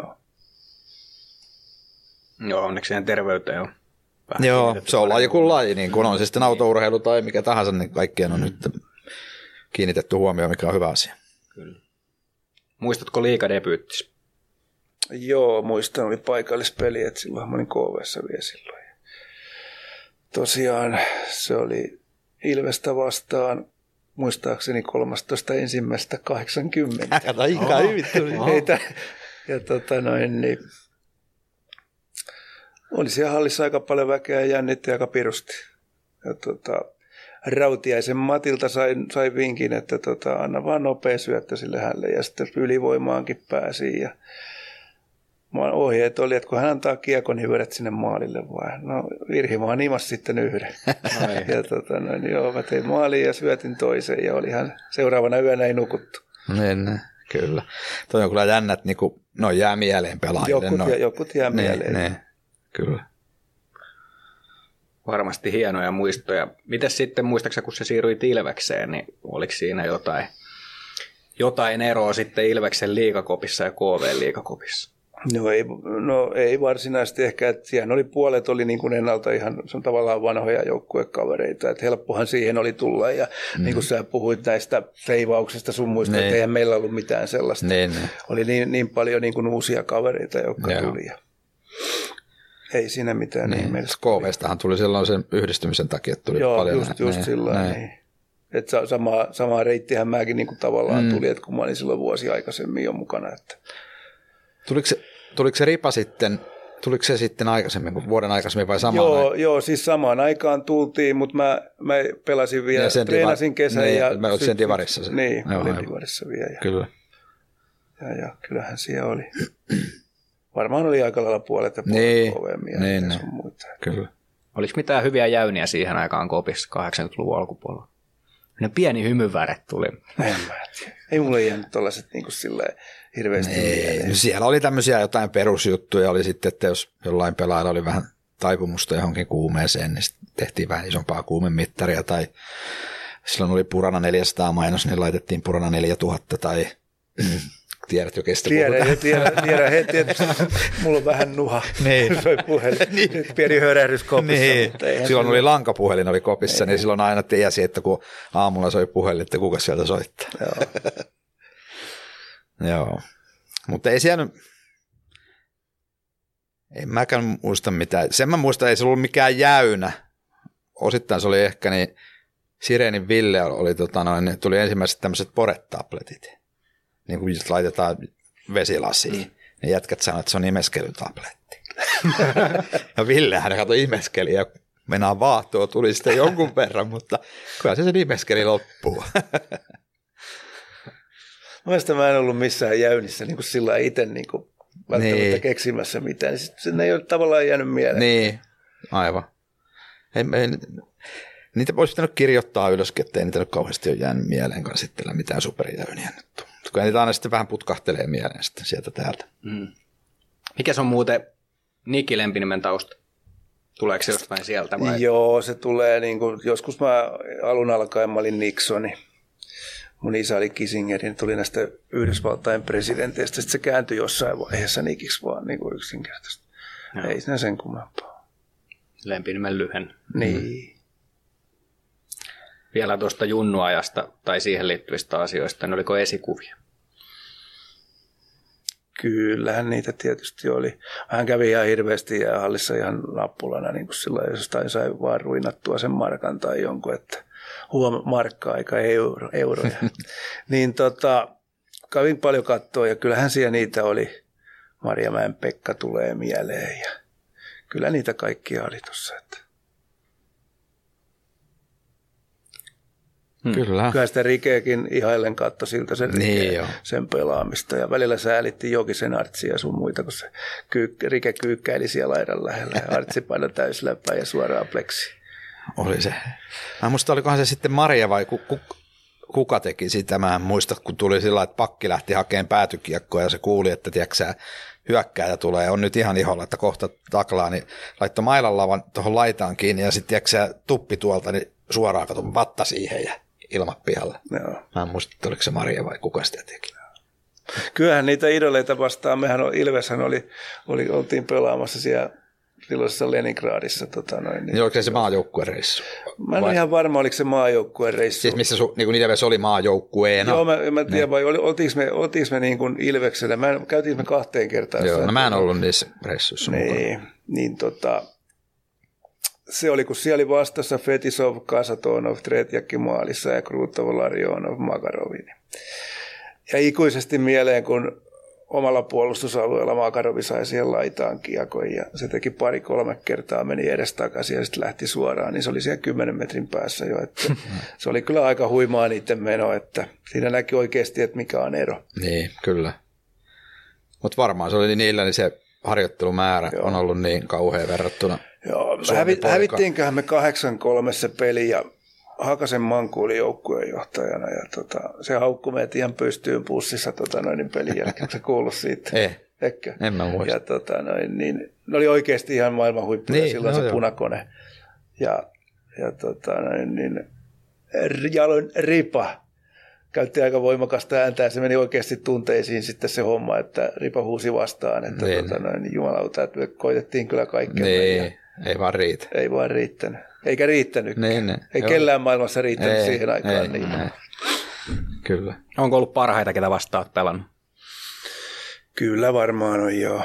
Speaker 2: Joo, onneksi siihen terveyteen on.
Speaker 3: Joo, se on laji kuin laji, niin kun on se sitten autourheilu tai mikä tahansa, niin kaikkien on nyt kiinnitetty huomioon, mikä on hyvä asia.
Speaker 2: Kyllä. Muistatko liigadebyyttis?
Speaker 4: Joo, muistan, oli paikallispeli, että silloin mä olin KV:ssä vielä silloin. Tosiaan se oli Ilvestä vastaan, muistaakseni 13.1.80.
Speaker 3: Aika hyvin tuli.
Speaker 4: Ja niin, oli siellä hallissa aika paljon väkeä ja jännitti aika pirusti. Ja Rautiaisen Matilta sai vinkin, että anna vaan nopea syöttö sille hänelle ja sitten ylivoimaankin pääsi ja ohjeet oli, että kun hän antaa kiekon, niin vedät sinne maalille vaan. No Virhimaa nimas sitten yhden. Ja mä tein maaliin ja syötin toisen ja olihan seuraavana yönä ei nukuttu.
Speaker 3: Kyllä. Toi on kyllä jännät, niin kuin, jää mieleen pelaajille.
Speaker 4: Jokut jää mieleen.
Speaker 3: Kyllä.
Speaker 2: Varmasti hienoja muistoja. Mites sitten, muistaaksä, kun se siirryi Ilvekseen, niin oliko siinä jotain eroa sitten Ilveksen liigakopissa ja KV:n liigakopissa?
Speaker 4: No ei varsinaisesti ehkä, että siihen puolet oli niin kuin ennalta ihan se on tavallaan vanhoja joukkuekavereita, että helppohan siihen oli tulla ja niin kuin sä puhuit näistä seivauksista sun muista, että eihän meillä ollut mitään sellaista. Oli niin paljon niin kuin uusia kavereita, jotka tuli ja ei siinä mitään ihmeellistä.
Speaker 3: KV:stahan tuli silloin sen yhdistymisen takia, että tuli paljon.
Speaker 4: Just silloin. Niin. Että samaa reittihän mäkin niin kuin tavallaan tuli, että kun mä olin silloin vuosi aikaisemmin jo mukana, että
Speaker 3: Tuliko se ripa sitten, tuliko se sitten aikaisemmin, vuoden aikaisemmin vai samaan aikaan?
Speaker 4: Joo, siis samaan aikaan tultiin, mutta mä pelasin vielä, treenasin kesän.
Speaker 3: Olit sen divarissa sen.
Speaker 4: Niin, olin divarissa vielä.
Speaker 3: Kyllä.
Speaker 4: Ja kyllähän siellä oli. Varmaan oli aika lailla puolet ja kovemmia.
Speaker 3: Niin, kyllä.
Speaker 2: Oliko mitään hyviä jäyniä siihen aikaan kopissa 80-luvun alkupuolella? Ne pieni hymyväret tuli.
Speaker 4: Ei mulle jäänyt tollaiset niin kuin silleen hirveästi.
Speaker 3: Siellä oli tämmöisiä jotain perusjuttuja, oli sitten, että jos jollain pelaajalla oli vähän taipumusta johonkin kuumeeseen, niin tehtiin vähän isompaa kuumemittaria tai silloin oli Purana 400 mainos, niin laitettiin Purana 4000 tai tiedät jo kestä puhutaan.
Speaker 4: Tiedän heti, että mulla on vähän nuha.
Speaker 3: Niin.
Speaker 4: Soi puhelin. Niin. Pieni hörähdys kopissa. Niin.
Speaker 3: Silloin oli lankapuhelin oli kopissa, niin silloin aina tiesi, että kun aamulla soi puhelin, että kuka sieltä soittaa. Joo. Mutta ei siellä, en mäkään muista mitään. Sen mä muistan, ei se ollut mikään jäynä. Osittain se oli ehkä niin, Sirenin Ville oli, tuli ensimmäiset tämmöiset poretabletit. Niin kuin laitetaan vesilasiin, niin jätkät sanoo, että se on imeskelytabletti. Ja Villehän katsoi imeskeli ja mennään vaahtoa, tuli sitten jonkun verran, mutta kyllä se imeskeli loppuu.
Speaker 4: Mielestäni mä en ollut missään jäynissä niin kuin sillä itse niin kuin välttämättä keksimässä mitään, niin sitten ei ole tavallaan jäänyt mieleen. Niin,
Speaker 3: aivan. Niitä olisi pitänyt kirjoittaa ylöskin, ettei niitä nyt kauheasti ole jäänyt mieleen käsitellä mitään superjäyniä nyt. Kun niitä aina sitten vähän putkahtelee mieleen sitten sieltä täältä.
Speaker 2: Mikä se on muuten Nikin lempinimen tausta? Tuleeko se jostain sieltä vai?
Speaker 4: Joo, se tulee niin kuin, joskus alun alkaen mä olin Nixoni. Mun isä oli Kissinger, niin tuli näistä Yhdysvaltain presidenteistä. Sitten se kääntyi jossain vaiheessa Nikiksi vaan niin kuin yksinkertaisesti. No. Ei siinä sen kummempaa.
Speaker 2: Lempinimen lyhen.
Speaker 4: Niin.
Speaker 2: Vielä tuosta junnuajasta tai siihen liittyvistä asioista, niin oliko esikuvia?
Speaker 4: Kyllähän niitä tietysti oli. Hän kävi ihan hirveästi jäähallissa ihan nappulana, niin kuin silloin jostain sai vaan ruinattua sen markan tai jonkun, että markka aika euroja. Niin kävin paljon katsoa ja kyllähän siellä niitä oli. Marjamäen Pekka tulee mieleen ja kyllä niitä kaikkia oli tuossa, että
Speaker 3: Kyllä.
Speaker 4: Kyllä sitä Rikeekin ihaillen katto siltä sen pelaamista. Ja välillä säälittiin Jokisen Artsia ja sun muita, kun se Rike kyykkäili siellä laidan lähellä. Ja Artsi paino täysläppää ja suoraan pleksi.
Speaker 3: Oli se. Mä muista, olikohan se sitten Maria vai kuka teki sitä. Mä en muista, kun tuli sillä että pakki lähti hakemaan päätykiekkoa ja se kuuli, että tiedätkö, hyökkääjä tulee, on nyt ihan iholla, että kohta taklaa, niin laittoi mailan lavan tuohon laitaan kiinni ja sitten tiedätkö, tuppi tuolta, niin suoraan katon vatta siihen ja ilmat pihalla.
Speaker 4: Joo.
Speaker 3: Mä en muista, että oliko se Maria vai kuka sitä teki.
Speaker 4: Kyllähän niitä idoleita vastaan. Ilveshän oltiin pelaamassa siellä silloisessa Leningradissa.
Speaker 3: Niin oliko se maajoukkuereissu?
Speaker 4: Mä en ole ihan varma, oliko se maajoukkuereissu.
Speaker 3: Siis missä niin Ilves oli maajoukkueena?
Speaker 4: Joo, mä tiedän, vai oltiinko me niin kuin Ilveksellä? Käytiinkö me 2 kertaa?
Speaker 3: Joo, mä en ollut niissä reissuissa
Speaker 4: niin se oli, kun siellä oli vastassa Fetisov, Kasatonov, Tretjakki maalissa ja Krutov, Larionov, Makarovin. Ja ikuisesti mieleen, kun omalla puolustusalueella Makarovi sai siihen laitaan kiekon ja se teki 2-3 kertaa, meni edestakaisin ja sitten lähti suoraan, niin se oli siellä 10 metrin päässä jo. Että se oli kyllä aika huimaa niiden meno, että siinä näki oikeasti, että mikä on ero.
Speaker 3: Niin, kyllä. Mutta varmaan se oli niillä, niin se harjoittelumäärä on ollut niin kauhea verrattuna.
Speaker 4: Joo, hävittiinköhän me 8-3 se peli ja Hakasen Manku oli joukkueenjohtajana ja se haukkui meitä ihan pystyyn pussissa pelin jälkeen. Onko se kuullut siitä?
Speaker 3: Ehkä. En mä muista.
Speaker 4: Ja ne oli oikeasti ihan maailman huippuja silloin se punakone. Ja Jalon Ripa käytti aika voimakasta ääntä ja se meni oikeasti tunteisiin sitten se homma, että Ripa huusi vastaan, että jumalauta, että me koitettiin kyllä kaikkea.
Speaker 3: Ei vaan riitä.
Speaker 4: Ei vaan riittänyt. Eikä riittänyt. Ei kellään maailmassa riittänyt siihen aikaan. Niin.
Speaker 3: Kyllä.
Speaker 2: Onko ollut parhaita, ketä vastaan olet pelannut?
Speaker 4: Kyllä varmaan on, joo.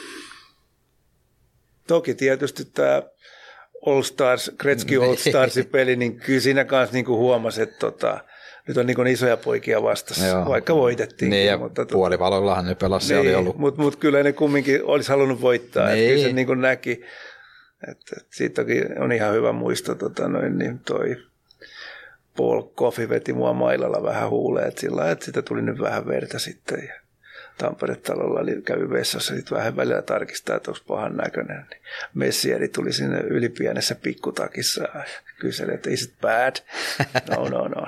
Speaker 4: Toki tietysti tämä All Stars, Gretzky All Starsin peli, niin kyllä siinä kanssa niin huomasi, että nyt on niin isoja poikia vastassa, vaikka voitettiin.
Speaker 3: Niin, ja puolivaloillahan ne pelasi, oli ollut.
Speaker 4: Mutta kyllä ne kumminkin olisi halunnut voittaa. Kyllä se niin näki. Siitäkin on ihan hyvä muisto, niin toi Paul Coffey veti mua mailalla vähän huuleen, että sitä tuli nyt vähän verta sitten. Ja Tampere-talolla kävi vessassa sitten vähän välillä tarkistaa, että onko pahan näköinen. Niin Messieri tuli sinne ylipienessä pikkutakissa ja kyseli, että is it bad? No.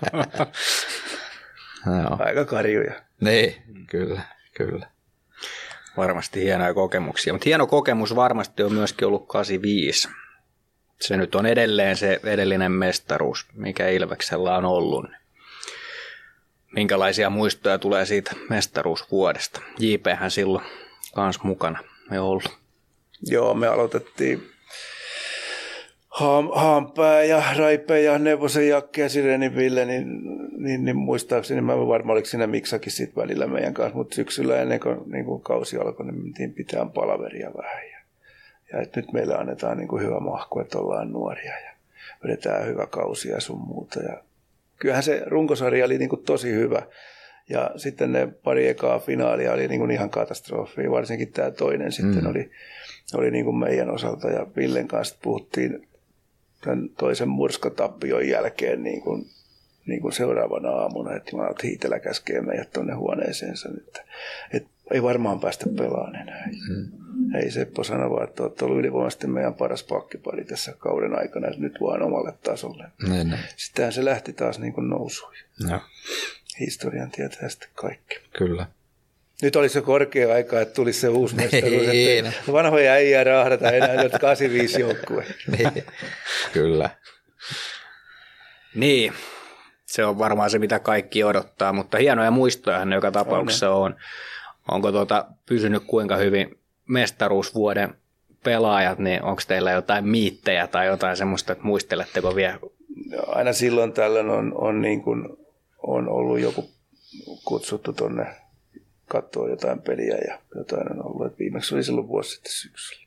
Speaker 4: Aika karjuja.
Speaker 3: Niin, kyllä.
Speaker 2: Varmasti hienoja kokemuksia, mutta hieno kokemus varmasti on myöskin ollut 85. Se nyt on edelleen se edellinen mestaruus, mikä Ilveksellä on ollut. Minkälaisia muistoja tulee siitä mestaruusvuodesta? JP:hän silloin kanssa mukana ei ollut.
Speaker 4: Joo, me aloitettiin Haanpää ja Raipe ja Neuvosen Jakke ja Sirenin Ville, niin muistaakseni mä varmaan oliko siinä Miksakin sit välillä meidän kanssa, mutta syksyllä ennen kuin, kausi alkoi, niin mentiin pitää palaveria vähän. Ja että nyt meille annetaan hyvä mahku, että ollaan nuoria ja vedetään hyvä kausi ja sun muuta. Ja kyllähän se runkosarja oli tosi hyvä. Ja sitten ne pari ekaa finaalia oli ihan katastrofia, varsinkin tämä toinen sitten oli meidän osalta. Ja Villen kanssa puhuttiin tämän toisen murskatappion jälkeen niin kuin seuraavana aamuna, että jumalat hiitellä käskee meidät tuonne huoneeseensa. Että ei varmaan päästä pelaamaan enää. Ei Seppo sano vaan, että olet ollut ylivoimaisesti meidän paras pakkipari tässä kauden aikana, että nyt vaan omalle tasolle. Sittenhän se lähti taas nousuun.
Speaker 3: No.
Speaker 4: Historian tietää sitten kaikki.
Speaker 3: Kyllä.
Speaker 4: Nyt olisi jo korkea aika, että tulisi se uusi mestaruus, että vanhoja äijää rahdata enää 85 joukkue.
Speaker 3: Kyllä.
Speaker 2: Niin, se on varmaan se, mitä kaikki odottaa, mutta hienoja muistoja joka tapauksessa on. Onko pysynyt kuinka hyvin mestaruusvuoden pelaajat, niin onko teillä jotain miittejä tai jotain semmoista, että muisteletteko vielä?
Speaker 4: Aina silloin tällöin on ollut joku kutsuttu tuonne katsoa jotain peliä ja jotain on ollut. Että viimeksi oli silloin vuosi sitten syksyllä.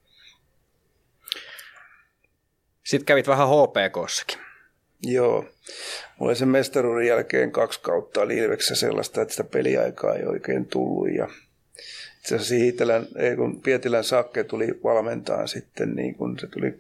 Speaker 2: Sitten kävit vähän HPK:ssakin.
Speaker 4: Joo. Mulla oli sen mestaruuden jälkeen 2 kautta oli Ilveksessä sellaista, että sitä peliaikaa ei oikein tullut. Ja itse asiassa kun Pietilän Sakke tuli valmentaan sitten, niin kun se tuli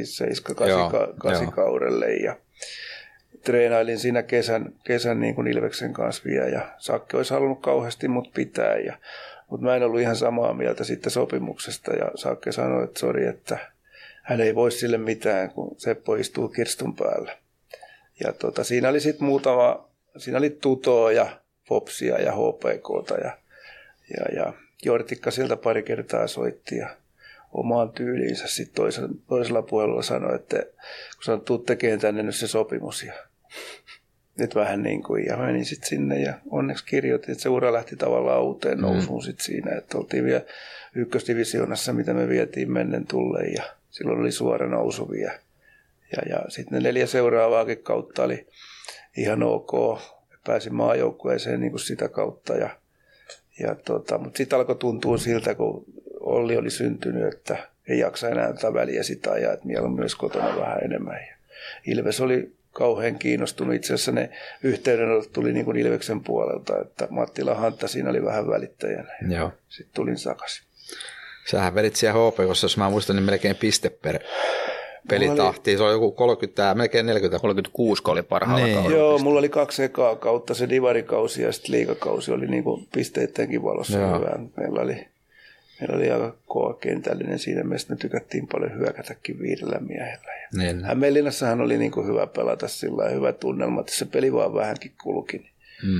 Speaker 4: 8 kaudelle ja treenailin siinä kesän niin kuin Ilveksen kanssa vielä ja Sakke olisi halunnut kauheasti mut pitää. Mutta mä en ollut ihan samaa mieltä sitten sopimuksesta ja Sakke sanoi, että sori, että hän ei voi sille mitään, kun Seppo istuu kirstun päällä. Ja siinä oli sitten siinä oli Tutoa ja Fopsia ja HPKta ja Jortikka sieltä pari kertaa soitti ja omaan tyyliinsä sitten toisella puolella sanoi, että kun sä tuut tekemään tänne nyt se sopimus ja nyt vähän ja menin sitten sinne ja onneksi kirjoitin, että se ura lähti tavallaan uuteen nousuun sitten siinä, että oltiin vielä ykkösdivisioonassa, mitä me vietiin mennen tulleen ja silloin oli suora nousu vielä. Ja sitten ne 4 seuraavaakin kautta oli ihan ok. Pääsin maajoukkueeseen niin kuin sitä kautta. Mutta sitten alkoi tuntua siltä, kun Olli oli syntynyt, että ei jaksa enää tätä väliä sitä ajaa, että mieluummin myös kotona vähän enemmän. Ja Ilves oli kauhean kiinnostunut. Itse asiassa ne yhteydenotot tuli niin kuin Ilveksen puolelta, että Mattila Hantta siinä oli vähän välittäjänä. Sitten tulin takaisin.
Speaker 3: Sähän vedit siellä HPK:ssa, jos mä muistan, niin melkein piste per pelitahti. Se oli joku 30, melkein 40.
Speaker 2: 36 oli parhaalla kaudella.
Speaker 4: Joo, mulla oli 2 ekaa kautta, se divarikausi ja sitten liigakausi oli niinku pisteidenkin valossa hyvä. Meillä oli aika koakentällinen siinä mielessä, me tykättiin paljon hyökätäkin 5 miehellä. Hämeenlinnassahan oli niinku hyvä pelata sillä ja hyvä tunnelma, että se peli vaan vähänkin kulki.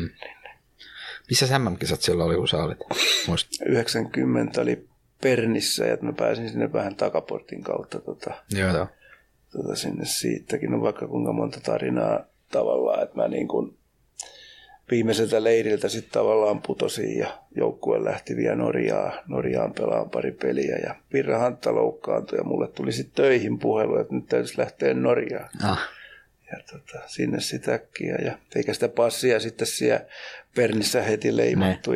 Speaker 3: Missä MM-kisat silloin oli, kun sä olit?
Speaker 4: 90 oli Pernissä ja mä pääsin sinne vähän takaportin kautta sinne siitäkin on vaikka kuinka monta tarinaa tavallaan, että mä niin kuin viimeiseltä leiriltä sitten tavallaan putosin ja joukkue lähti vielä Norjaan pelaan pari peliä ja Pirra Hantta loukkaantui ja mulle tuli sitten töihin puhelu, että nyt täytyisi lähteä Norjaan. Ja sinne sitä äkkiä ja eikä sitä passia sitten siellä Pernissä heti leimattu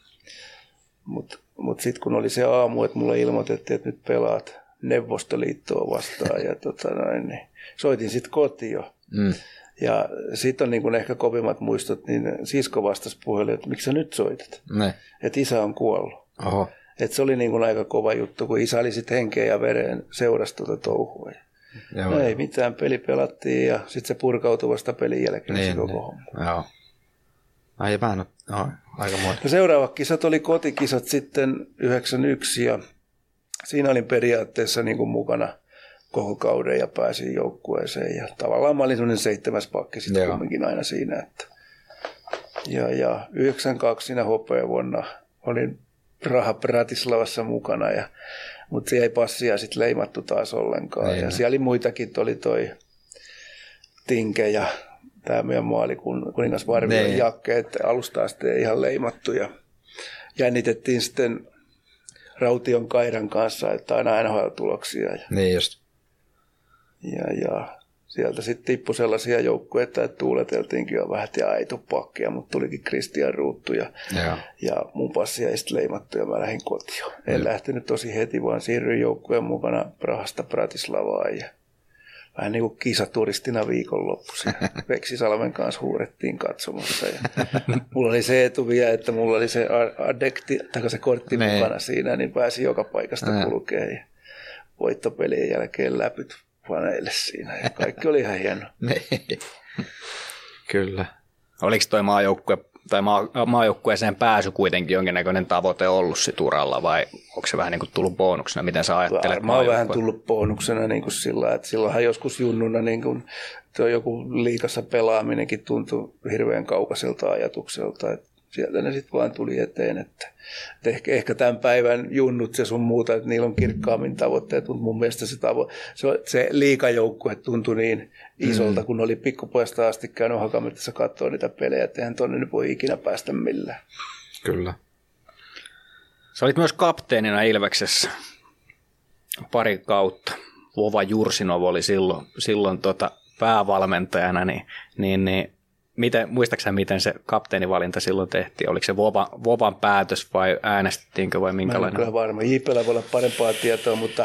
Speaker 4: Mutta sitten kun oli se aamu, että mulle ilmoitettiin, että nyt pelaat Neuvostoliittoa vastaan ja niin soitin sitten kotiin jo. Ja sitten on niin kun ehkä kovimmat muistot, niin sisko vastasi puheelle, että miksi sä nyt soitat? Että isä on kuollut. Että se oli niin kun aika kova juttu, kun isä oli sitten henkeä ja veren seurasi touhua. Ei mitään, peli pelattiin ja sitten se purkautui vasta pelin jälkeen se koko homma.
Speaker 3: Aivan, aika muuta.
Speaker 4: Seuraavat kisat oli kotikisat sitten 91 ja siinä olin periaatteessa niin kuin mukana koko kauden ja pääsin joukkueeseen. Ja tavallaan mä olin semmoinen 7. pakki sitten kumminkin aina siinä. Että. Ja 92 siinä hopeavuonna olin Praha Bratislavassa mukana ja mutta siellä ei passia sitten leimattu taas ollenkaan.
Speaker 3: Niin.
Speaker 4: Ja siellä oli muitakin, oli toi Tinke ja tämä meidän kuningas Varvion Jakke, että alusta asti ei ihan leimattu ja jännitettiin sitten Raution Kairan kanssa, että aina NHL-tuloksia.
Speaker 3: Niin just.
Speaker 4: Ja sieltä sitten tippui sellaisia joukkueita, että tuuleteltiinkin jo vähän ja Aitopakkia, mutta tulikin Christian Ruuttu ja mun passi ei sitten leimattu ja mä lähdin kotiin. En lähtenyt tosi heti, vaan siirryin joukkueen mukana Prahasta Bratislavaan ja vähän niin kuin kisaturistina viikonloppuisin. Veksisalmen kanssa huurettiin katsomassa. Ja mulla oli se etu vielä, että mulla oli se adekti, tai se kortti mukana siinä, niin pääsi joka paikasta kulkemaan. Ja voittopelien jälkeen läpyt faneille siinä. Ja kaikki oli ihan hieno.
Speaker 3: Kyllä.
Speaker 2: Oliko toi maajoukkueeseen pääsy kuitenkin jonkinnäköinen tavoite ollut sit uralla vai onko se vähän niin kuin tullut bonuksena? Miten sä ajattelet?
Speaker 4: Mä oon vähän tullut bonuksena niin kuin sillä, että silloinhan joskus junnuna niin kuin, joku liigassa pelaaminenkin tuntui hirveän kaukaiselta ajatukselta. Että sieltä ne sitten vaan tuli eteen, että ehkä tämän päivän junnut se sun muuta, että niillä on kirkkaammin tavoitteet, mutta mun mielestä se liigajoukkue tuntui niin isolta, kun oli pikkupojasta asti käynyt Hakametissa katsoa niitä pelejä, että eihän tuonne nyt voi ikinä päästä millään.
Speaker 3: Kyllä.
Speaker 2: Sä olit myös kapteenina Ilveksessä pari kautta. Vova Jursinov oli silloin päävalmentajana, niin muistaakseni, miten se kapteenivalinta silloin tehtiin? Oliko se Vovan päätös vai äänestettiinkö vai minkälainen?
Speaker 4: Mä en kyllä varma. JP:llä voi olla parempaa tietoa, mutta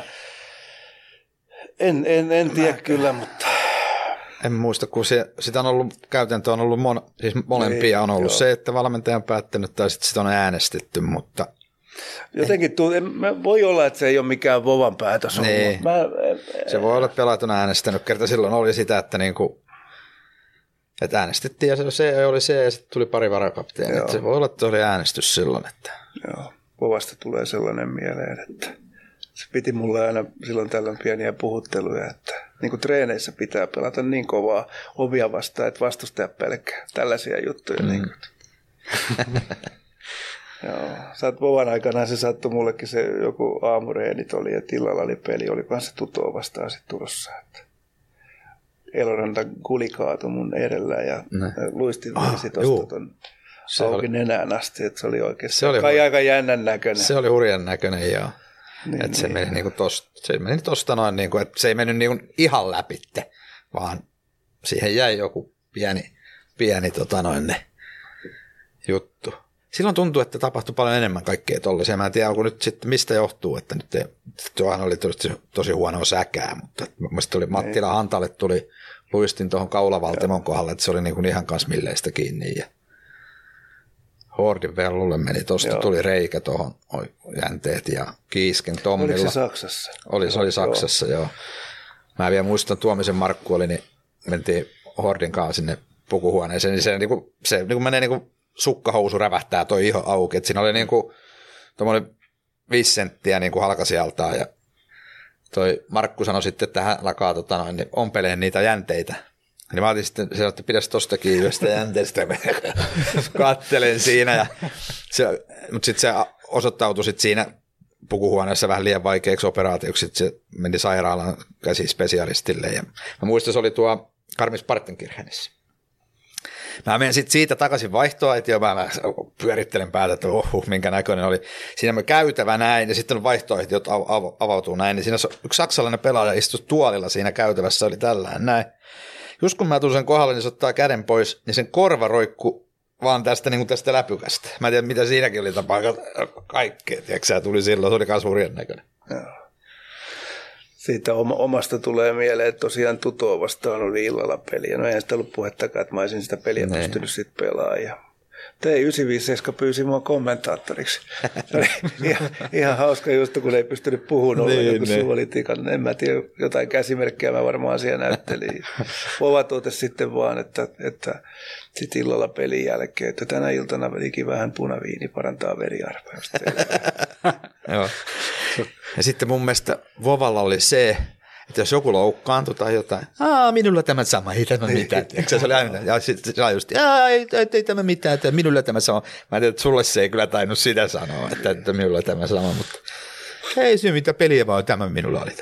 Speaker 4: en tiedä kyllä. Mutta
Speaker 3: en muista, kun sitä on ollut, käytäntö on ollut, siis molempia on ollut se, että valmentaja on päättänyt tai sitten sitä on äänestetty, mutta
Speaker 4: jotenkin voi olla, että se ei ole mikään Vovan päätös ollut.
Speaker 3: Niin. Se voi olla, että pelaajat on äänestänyt, kerta silloin oli sitä, että niinku että äänestettiin ja se oli se ja sitten tuli pari varakapteenia. Se voi olla, että se oli äänestys silloin. Että
Speaker 4: joo, Vovasta tulee sellainen mieleen, että se piti mulle aina silloin tällöin pieniä puhutteluja, että niin kuin treeneissä pitää pelata niin kovaa ovia vastaan, että vastustaja pelkää. Tällaisia juttuja. Niin kuin. Joo, Vovan aikana se sattui mullekin se joku aamureenit oli ja illalla oli peli, olikohan se Tutoa vastaan sitten Turussa, että Eloranta Guli kaatui mun edellä ja luistin viisi tuosta ton auki nenään asti, että se oli oikeasti aika jännän näköinen.
Speaker 3: Se oli hurjan näköinen, joo. Että se meni niinku tosta noin, niinku, että se ei mennyt niinku ihan läpitte, vaan siihen jäi joku pieni juttu. Silloin tuntui, että tapahtui paljon enemmän kaikkea tollaisia. Mä en tiedä, onko nyt sitten mistä johtuu, että nyt tuohan oli tosi huonoa säkää, mutta mielestäni oli Mattila Hantalle tuli luistin tuohon kaulavaltimon kohdalle, että se oli niinku ihan kanssa milleistä kiinni. Ja Hordin vellulle meni, tuosta tuli reikä tuohon jänteet ja Kiisken Tommilla.
Speaker 4: Oliko se Saksassa?
Speaker 3: Se oli Saksassa, joo. Mä vielä muistan, Tuomisen Markku oli, niin mentiin Hordin kanssa sinne pukuhuoneeseen, niin se menee niinku sukkahousu rävähtää toi iho auki, että siinä oli niinku tuommoinen 5 senttiä niinku halkasijaltaan ja toi Markku sanoi sitten, että hän alkaa niin ompeleen niitä jänteitä. Niin mä otin sitten, että pidäs tostakin yhdestä jänteestä ja kattelen siinä. Mutta sitten se osoittautui sit siinä pukuhuoneessa vähän liian vaikeaksi operaatioksi, että se meni sairaalan käsispesialistille. Ja mä muistan, se oli tuo Karmis Partenkirchenissä. Mä menen sitten siitä takaisin vaihtoaitioon, mä pyörittelen päätä, että minkä näköinen oli. Siinä mä käytävä näin, ja sitten vaihtoehtiot avautuu näin, niin siinä yksi saksalainen pelaaja istui tuolilla siinä käytävässä, oli tällään näin. Just kun mä tulin sen kohdalle, niin se ottaa käden pois, niin sen korva roikku vaan tästä, niin kuin tästä läpykästä. Mä en tiedä, mitä siinäkin oli tapaa, kaikkea, tiedätkö sä, tuli silloin, se oli myös hurjan näköinen.
Speaker 4: Siitä omasta tulee mieleen, että tosiaan Tutoa vastaan oli illalla peliä. No eihän sitä ollut puhettakaan, että mä olisin sitä peliä pystynyt sitten pelaamaan. Tein 957 pyysi mua kommentaattoriksi. Se oli ihan hauska just, kun ei pystynyt puhumaan ollenkaan, kun suu oli tikan. En mä tiedä, jotain käsimerkkejä mä varmaan siellä näyttelin. Vova totesi sitten vaan, että sitten illalla pelin jälkeen, että tänä iltana velikin vähän punaviini parantaa veriarvoa.
Speaker 3: Joo. Ja sitten mun mielestä Vovalla oli se, että jos joku loukkaantui tai jotain, minulla tämä sama, ei tämä mitään. Se oli aina, ja sitten se just, ei tämä mitään, että minulla tämä sama. Mä tiedän, että sulle se ei kyllä tainnut sitä sanoa, että minulla tämä sama, mutta Ei se mitä peliä, vaan tämä minulla oli.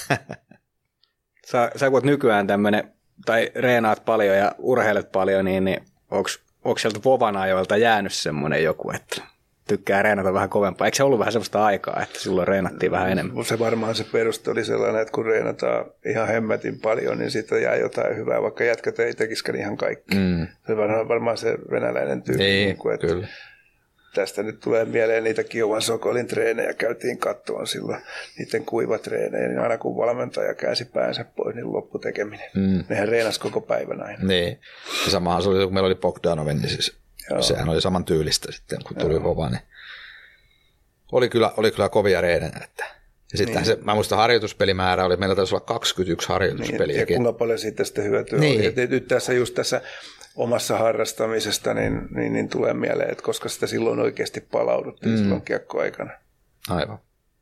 Speaker 2: Sä kun oot nykyään tämmöinen, tai reenaat paljon ja urheilet paljon, niin onko sieltä Vovan ajoilta jäänyt semmoinen joku, että tykkää reenata vähän kovempaa? Eikö se ollut vähän semmoista aikaa, että silloin reenattiin vähän enemmän?
Speaker 4: Se varmaan se peruste oli sellainen, että kun reenataan ihan hemmetin paljon, niin siitä jää jotain hyvää, vaikka jätkät ei tekisikään ihan kaikki. Se on varmaan se venäläinen tyyppi.
Speaker 3: Niin, kyllä.
Speaker 4: Tästä nyt tulee mieleen niitä Kiovan Sokolin treenejä, käytiin kattoon silloin niiden kuivatreenejä, niin aina kun valmentaja käänsi päänsä pois, niin lopputekeminen. Nehän reenasi koko päivän aina.
Speaker 3: Niin, ja samahan se oli, kun meillä oli Bogdanoven, niin siis sehän oli saman tyylistä sitten, kun tuli Vova, niin oli kyllä kovia reenejä. Ja sitten niin. Mä muistan harjoituspelimäärä oli, meillä taisi olla 21 harjoituspeliä.
Speaker 4: Niin, ja kuinka paljon siitä sitten hyötyä oli. Et nyt tässä omassa harrastamisesta niin tulee mieleen, että koska sitä silloin oikeasti palauduttiin silloin kiekkoaikana.
Speaker 3: Aivan.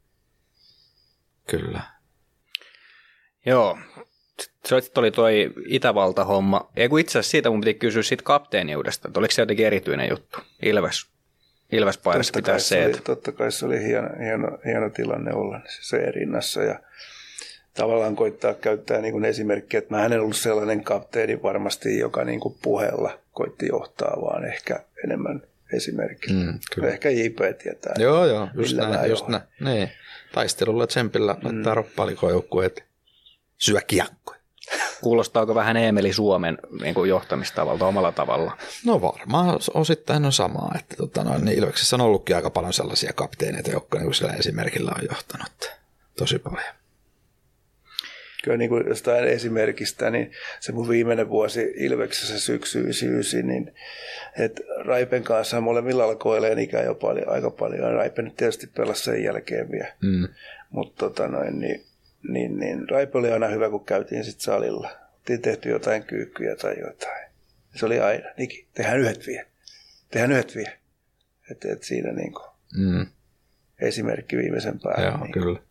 Speaker 3: Kyllä.
Speaker 2: Joo. Sitten oli toi Itävalta-homma. Ei kun itse asiassa siitä mun piti kysyä siitä kapteeniudesta, että oliko se jotenkin erityinen juttu? Ilves-paidassa pitää se.
Speaker 4: Totta kai se oli hieno tilanne olla se rinnassa ja tavallaan koittaa käyttää niin kuin esimerkkiä, että mä en ollut sellainen kapteeni varmasti, joka niin kuin puheella koitti johtaa, vaan ehkä enemmän esimerkki. Ehkä JP tietää.
Speaker 3: Joo, just näin. Niin. Taistelulla tsempillä laittaa roppalikoon joukkueet syö kiekkoja.
Speaker 2: Kuulostaako vähän Eemeli Suomen niin kuin johtamistavalta omalla tavalla?
Speaker 3: No varmaan osittain on samaa, että niin Ilveksessä on ollutkin aika paljon sellaisia kapteeneita, jotka niin sillä esimerkillä on johtanut tosi paljon.
Speaker 4: Kyllä niin kuin jostain esimerkistä, niin se mun viimeinen vuosi Ilveksessä syksy 99, niin että Raipen kanssa molemmilla alkoi olemaan ikään jo aika paljon. Raipe nyt tietysti pelasi sen jälkeen vielä, mutta niin Raipe oli aina hyvä, kun käytiin sitten salilla. Oltiin tehty jotain kyykkyjä tai jotain. Se oli aina, Niki, tehdään yhdet vie. Että siinä niin kuin esimerkki viimeisen päälle.
Speaker 3: Joo, niin. Kyllä.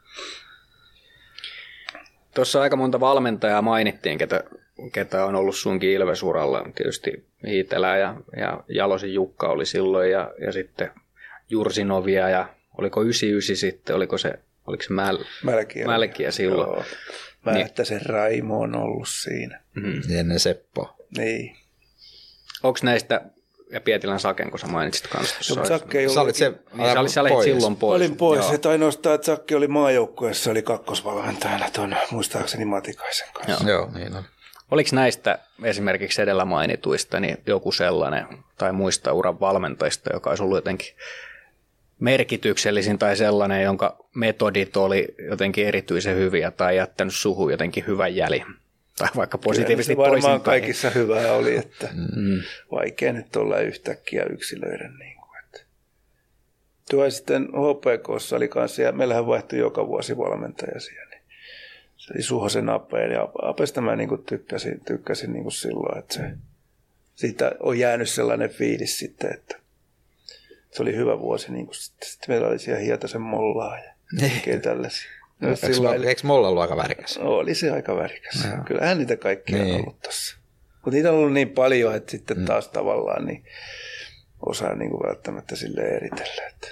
Speaker 2: Tuossa aika monta valmentajaa mainittiin, ketä on ollut sunkin Ilves-uralla. Tietysti Hiitelä ja Jalosen Jukka oli silloin ja sitten Jursinovia ja oliko 99 sitten, oliko se Mälkiä silloin. Joo.
Speaker 4: Määttäisen Raimo on ollut siinä.
Speaker 3: Ennen Seppo.
Speaker 4: Niin.
Speaker 2: Onko näistä, ja Pietilän Saken, kun sä mainitsit kanssa.
Speaker 4: Sakke ei
Speaker 2: ollut. Sä olit silloin pois.
Speaker 4: Olin pois, että ainoastaan, että Sakke oli maajoukkueessa, oli kakkosvalmentajana tuon muistaakseni Matikaisen kanssa.
Speaker 3: Joo, niin on.
Speaker 2: Oliko näistä esimerkiksi edellä mainituista niin joku sellainen, tai muista uran valmentajista, joka olisi ollut jotenkin merkityksellisin tai sellainen, jonka metodit oli jotenkin erityisen hyviä tai jättänyt suhun jotenkin hyvän jäljen? Tai vaikka positiivisesti toisinpäin.
Speaker 4: Varmaan kaikissa hyvää oli, että vaikea nyt olla yhtäkkiä yksilöiden. Niin kuin, että. Tuo sitten HPK:ssa oli kanssa, ja meillähän vaihtui joka vuosi valmentaja siellä. Niin se oli Suhosen Apeen, ja Apesta mä niin kuin tykkäsin niin kuin silloin, että siitä on jäänyt sellainen fiilis sitten, että se oli hyvä vuosi. Niin kuin sitten meillä oli siellä Hietasen Mollaa ja kaikkea tällaisia.
Speaker 3: Eikö Molla ollut aika värikäs?
Speaker 4: Oli se aika värikäs. No. Kyllähän niitä kaikkia on ollut tossa. Mutta niitä on ollut niin paljon, että sitten taas tavallaan niin osaa niin kuin välttämättä silleen eritellä. Että.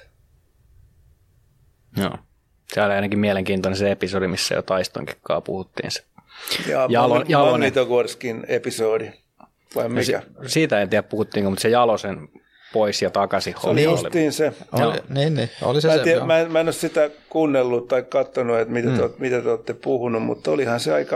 Speaker 2: Joo. Se oli ainakin mielenkiintoinen se episodi, missä jo Taistonkin kanssa puhuttiin. Se
Speaker 4: Magnitogorskin episodi. Vai mikä?
Speaker 2: Siitä en tiedä puhuttiinko, mutta se Jalosen pois ja takaisin.
Speaker 4: Se oli justiin se.
Speaker 3: Niin. Oli se
Speaker 4: mä en ole sitä kuunnellut tai katsonut, että mitä te olette puhunut, mutta olihan se aika...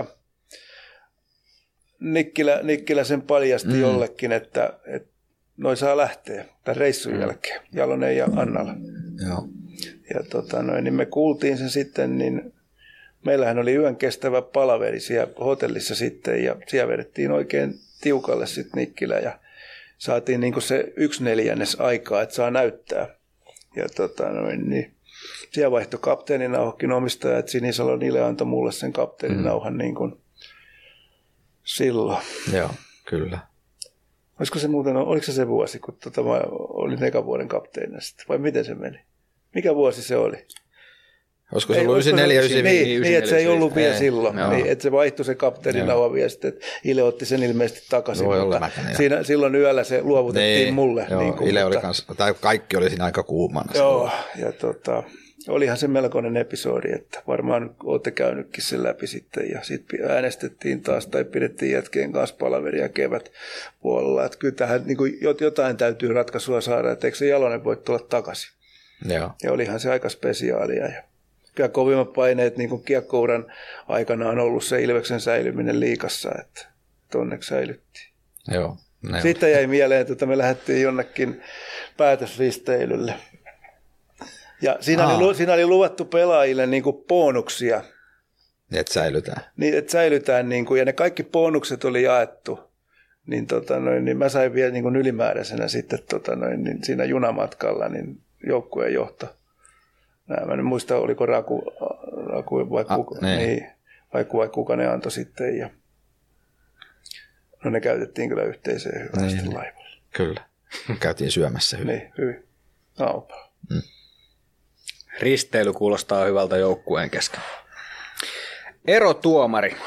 Speaker 4: Nikkilä sen paljasti jollekin, että noi saa lähteä tämän reissun jälkeen, Jalonen ja Annala.
Speaker 3: Joo.
Speaker 4: Ja niin me kuultiin sen sitten, niin meillähän oli yön kestävä palaveri siellä hotellissa sitten, ja siellä vedettiin oikein tiukalle sitten Nikkilä, ja saatiin niin kuin se 1/4 aikaa, että saa näyttää. Ja niin siellä vaihtoi kapteeninauhakin omistaja, että Sinisalo Nile antoi mulle sen kapteeninauhan niin kuin silloin.
Speaker 3: Joo, kyllä.
Speaker 4: Olisiko se muuten, oliko se vuosi, kun mä olin ekan vuoden kapteenina sitten, vai miten se meni? Mikä vuosi se oli?
Speaker 3: Olisiko se ollut 94, 95?
Speaker 4: Niin, että se ei ollut vielä silloin. Niin, että se vaihtui se kapteeninauha vielä sitten, että Ile otti sen ilmeisesti takaisin. Silloin yöllä se luovutettiin mulle.
Speaker 3: Joo, niin kuin, Ile oli kanssa, tai kaikki oli siinä aika kuumana.
Speaker 4: Joo, ja olihan se melkoinen episodi, että varmaan olette käynytkin sen läpi sitten ja sitten äänestettiin taas tai pidettiin jätkeen kanssa palaveria kevätpuolella, että kyllä tähän niin kuin jotain täytyy ratkaisua saada, että eikö se Jalonen voi tulla takaisin.
Speaker 3: Joo.
Speaker 4: Ja olihan se aika spesiaalia ja kyllä kovimmat paineet niin kuin kiekkouran aikana on ollut se Ilveksen säilyminen liigassa, että onneksi säilyttiin.
Speaker 3: Joo.
Speaker 4: Siitä jäi mieleen, että me lähdettiin jonnekin päätösristeilylle. Ja siinä oli luvattu pelaajille niin kuin bonuksia.
Speaker 3: Että säilytään.
Speaker 4: Niin, että säilytään, niin kuin, ja ne kaikki bonukset oli jaettu. Niin, niin mä sain vielä niin kuin ylimääräisenä sitten niin siinä junamatkalla niin joukkueen johto. Mä en muista, oliko Raku vai kuka, niin, vai kuka ne antoi sitten. Ja no ne käytettiin kyllä yhteiseen hyvästi laivalla.
Speaker 3: Kyllä. Käytiin syömässä hyvin.
Speaker 4: Niin, hyvin. Aupaa.
Speaker 2: Risteily kuulostaa hyvältä joukkueen kesken. Erotuomari.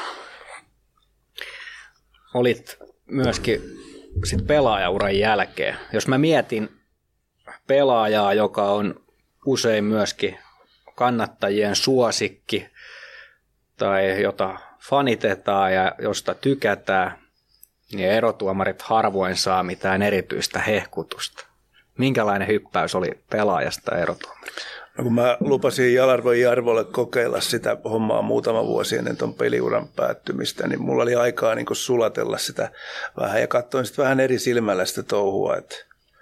Speaker 2: Olit myöskin sit pelaajauran jälkeen. Jos mä mietin pelaajaa, joka on usein myöskin kannattajien suosikki tai jota fanitetaan ja josta tykätään, niin erotuomarit harvoin saa mitään erityistä hehkutusta. Minkälainen hyppäys oli pelaajasta erotuomariksi?
Speaker 4: No, kun mä lupasin Jalarvon Jarvolle kokeilla sitä hommaa muutama vuosi ennen ton peliuran päättymistä, niin mulla oli aikaa niin kuin sulatella sitä vähän ja katsoin sitten vähän eri silmällä sitä touhua, että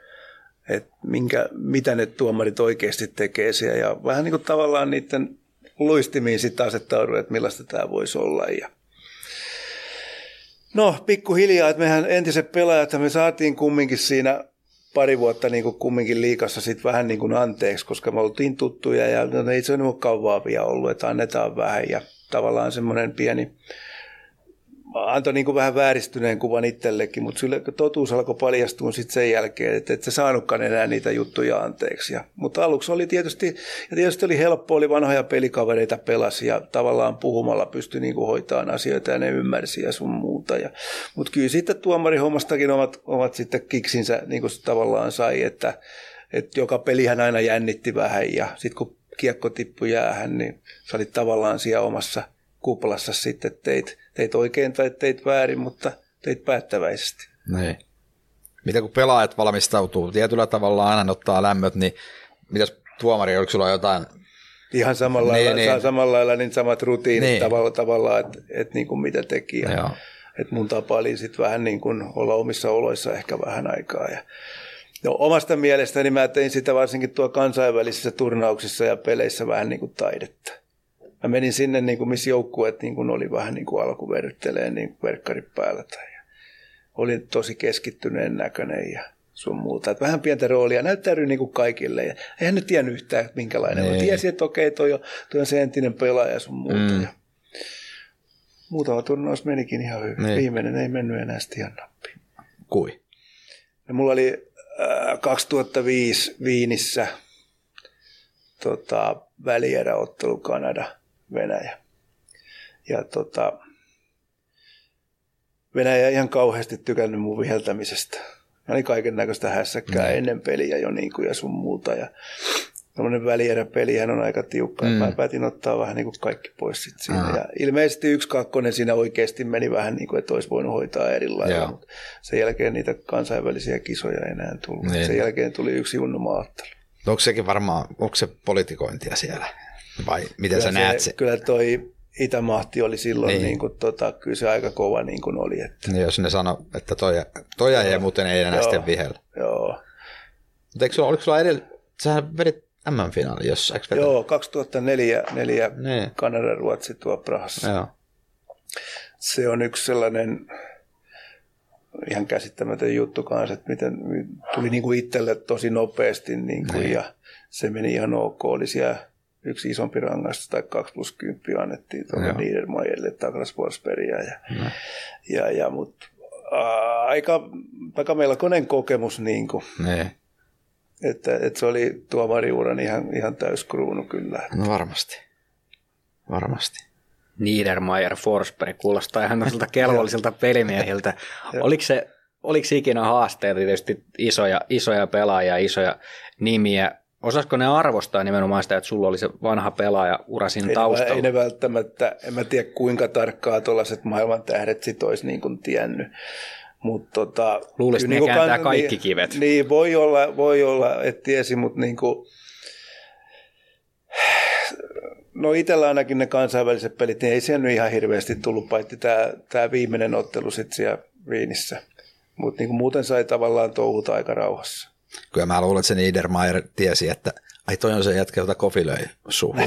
Speaker 4: mitä ne tuomarit oikeasti tekee siellä ja vähän niin kuin tavallaan niiden luistimiin sitten asettauduin, että millaista tämä voisi olla. Ja no pikkuhiljaa, että mehän entiset pelaajat, me saatiin kumminkin siinä pari vuotta niin kuin kumminkin liigassa sitten vähän niin kuin anteeksi, koska me oltiin tuttuja ja ei se ole kauaa vielä ollut, että annetaan vähän ja tavallaan semmoinen pieni antoi niin kuin vähän vääristyneen kuvan itsellekin, mutta totuus alkoi paljastua sitten sen jälkeen, että et se saanutkaan enää niitä juttuja anteeksi. Mutta aluksi oli tietysti oli helppo, oli vanhoja pelikavereita pelasi ja tavallaan puhumalla pystyi niin kuin hoitamaan asioita ja ne ymmärsi ja sun muuta. Mutta kyllä sitten tuomarihommastakin ovat sitten kiksinsä niin kuin tavallaan sai, että joka pelihän aina jännitti vähän ja sitten kun kiekko tippui jäähän, niin sä olit tavallaan siellä omassa kuplassa sitten, teit oikein tai teit väärin, mutta teit päättäväisesti.
Speaker 3: Niin. Mitä kun pelaajat valmistautuu tietyllä tavalla aina ottaa lämmöt, niin mitäs tuomari, oliko sulla jotain?
Speaker 4: Ihan samalla lailla niin samat rutiinit tavallaan, että niin kuin mitä teki. Että mun tapa oli sitten vähän niin kuin olla omissa oloissa ehkä vähän aikaa. Ja no, omasta mielestäni mä tein sitä varsinkin tuo kansainvälisissä turnauksissa ja peleissä vähän niin kuin taidetta. Mä menin sinne, niin kuin missä joukkueet niin kuin oli vähän niin kuin alkuverrytteleen niin verkkarit päällä. Olin tosi keskittyneen näköinen ja sun muuta. Että vähän pientä roolia näyttäytyi niin kuin kaikille. Ja eihän nyt tiennyt yhtään, että minkälainen on. Tiesi, että okei, toi on se entinen pelaaja sun muuta. Ja muutama turnaus menikin ihan hyvin. Viimeinen ei mennyt enää sitten ihan nappiin.
Speaker 3: Kui?
Speaker 4: Ja mulla oli 2005 Viinissä välieräottelu Kanada-Venäjä. Ja Venäjä ei ihan kauheasti tykännyt mun viheltämisestä. Mä olin kaiken näköistä hässäkkää ennen peliä jo niin kuin ja sun muuta. Ja tämmöinen välieräpelihän on aika tiukka. Mä päätin ottaa vähän niin kuin kaikki pois sit siinä. Ja ilmeisesti 1-2 siinä oikeasti meni vähän niin kuin, että olisi voinut hoitaa eri lailla. Mutta sen jälkeen niitä kansainvälisiä kisoja ei enää tullut. Sen jälkeen tuli yksi junnumaaottelu.
Speaker 3: Onko sekin varmaan, onko se politikointia siellä? Vai miten sä näet se?
Speaker 4: Kyllä toi Itämahti oli silloin, niin kuin, kyllä se aika kova niin kuin oli. Että.
Speaker 3: Niin jos ne sanoi, että toi ei muuten ei enää sitten vihellä.
Speaker 4: Joo.
Speaker 3: Mutta oliko sulla sähän vedit MM-finaali jossain, eikö
Speaker 4: Joo, 2004 Kanada-Ruotsi tuo Prahassa.
Speaker 3: Joo.
Speaker 4: Se on yksi sellainen ihan käsittämätön juttu kanssa, että miten tuli niin kuin itselle tosi nopeasti niin kuin, ja se meni ihan ok. Oli siellä yksi isompi rangaistus tai 2+10 annettiin tuolle Niedermayerille takaisin Forsbergia. Mutta aika melkoinen kokemus. Niin kuin, että se oli tuomariuran ihan täyskruunu kyllä.
Speaker 3: No varmasti.
Speaker 2: Niedermayer, Forsberg, kuulostaa ihan noilta kelvollisilta pelimiehiltä. Oliko ikinä haasteita, tietysti isoja pelaajia, isoja nimiä, Osaisiko ne arvostaa nimenomaan sitä, että sulla oli se vanha pelaaja ura siinä taustalla?
Speaker 4: Ei ne välttämättä, en mä tiedä kuinka tarkkaa tuollaiset maailman tähdet sit olisi niin kuin tiennyt.
Speaker 2: Luulisin, että ne kääntää kaikki kivet.
Speaker 4: Niin, voi olla, että tiesi, mutta niin kuin, no itsellä ainakin ne kansainväliset pelit, niin ei siellä nyt ihan hirveästi tullut, paitsi tämä viimeinen ottelu sitten siellä Viinissä. Mutta niin muuten sai tavallaan touhuta aika rauhassa.
Speaker 3: Kyllä mä luulen, että se Niedermayer tiesi, että ai toi on se jätkä, jota Kofi löi suuhun.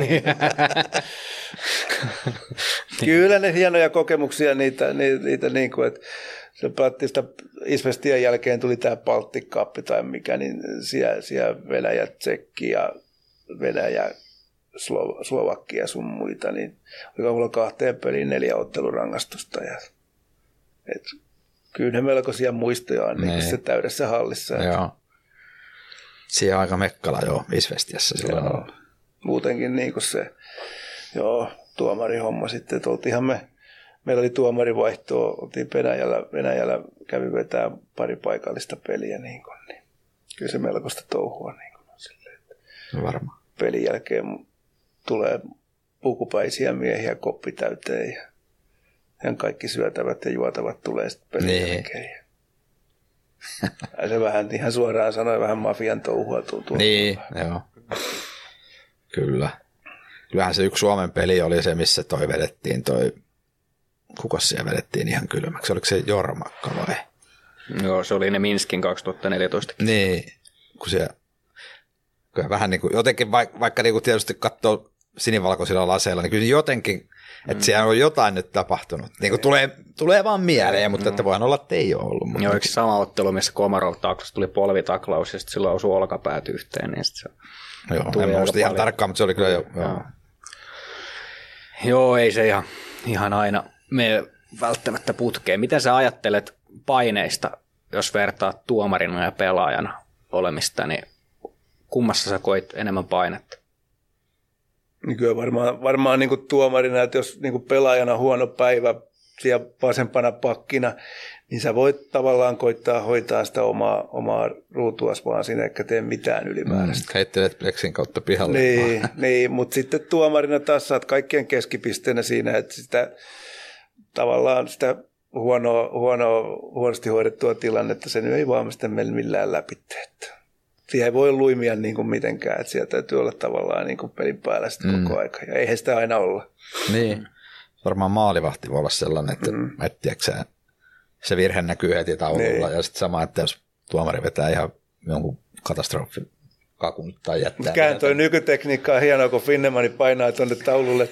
Speaker 4: Kyllä ne hienoja kokemuksia, niitä niin kuin, että se pelattiin sitä Isvestien jälkeen tuli tämä Baltic Cup tai mikä, niin siellä Venäjä, Tsekki ja Venäjä, Slovakia sun muita, niin oliko mulla 2 peliin 4 ottelurangastusta. Kyllä ne melkoisia muistoja on niin se täydessä hallissa.
Speaker 3: Joo. Siinä on aika mekkala Isvestiassa silloin.
Speaker 4: Joo. Muutenkin niin kuin se tuomarihomma sitten, että meillä oli tuomarivaihtoa, oltiin Venäjällä kävi vetää pari paikallista peliä, niin kyllä se melkoista touhua. Niin silleen,
Speaker 3: varmaan.
Speaker 4: Pelin jälkeen tulee pukupäisiä miehiä koppi täyteen ja kaikki syötävät ja juotavat tulee sitten pelin jälkeen. Ja se vähän ihan suoraan sanoi, vähän mafian touhua tuntuu.
Speaker 3: Niin, joo. Kyllä. Kyllähän se yksi Suomen peli oli se, missä vedettiin kukas siellä vedettiin ihan kylmäksi? Oliko se Jormakka vai?
Speaker 2: Joo, se oli ne Minskin 2014.
Speaker 3: Niin, kun se kyllä vähän niin kuin, jotenkin vaikka niin kuin tietysti katsoo sinivalkoisilla laseilla, niin kyllä jotenkin, että siellä on jotain nyt tapahtunut. Niin kuin tulee vaan mieleen, mutta että voihan olla, että ei ole ollut. Mutta
Speaker 2: joo, eikö sama ottelu, missä Komarov tuli polvitaklaus ja sitten silloin osui olkapäät yhteen. Niin se
Speaker 3: joo, en muista ihan tarkkaan, mutta se oli kyllä jo.
Speaker 2: Joo, ei se ihan aina mene välttämättä putkeen. Miten sä ajattelet paineista, jos vertaat tuomarina ja pelaajana olemista, niin kummassa sä koit enemmän painetta?
Speaker 4: Niin kyllä varmaan niin kuin tuomarina, että jos niin kuin pelaajana huono päivä siellä vasempana pakkina, niin sä voit tavallaan koittaa hoitaa sitä omaa ruutuas vaan sinne, eikä tee mitään ylimääräistä.
Speaker 3: Heittelet pleksin kautta pihalle.
Speaker 4: Niin, mutta sitten tuomarina taas saat kaikkien keskipisteenä siinä, että sitä tavallaan sitä huonosti hoidettua tilannetta, se nyt ei vaan sitä millään läpi. Siihen ei voi luimia niin kuin mitenkään, että siellä täytyy olla tavallaan niin kuin pelin päällä koko aika, ja eihän sitä aina olla.
Speaker 3: Niin, varmaan maalivahti voi olla sellainen, että se virhe näkyy heti taululla, ja sitten sama, että jos tuomari vetää ihan jonkun katastrofin kakun tai jättää.
Speaker 4: Toi nykytekniikka on hienoa, kun Finnemani painaa tuonne taululle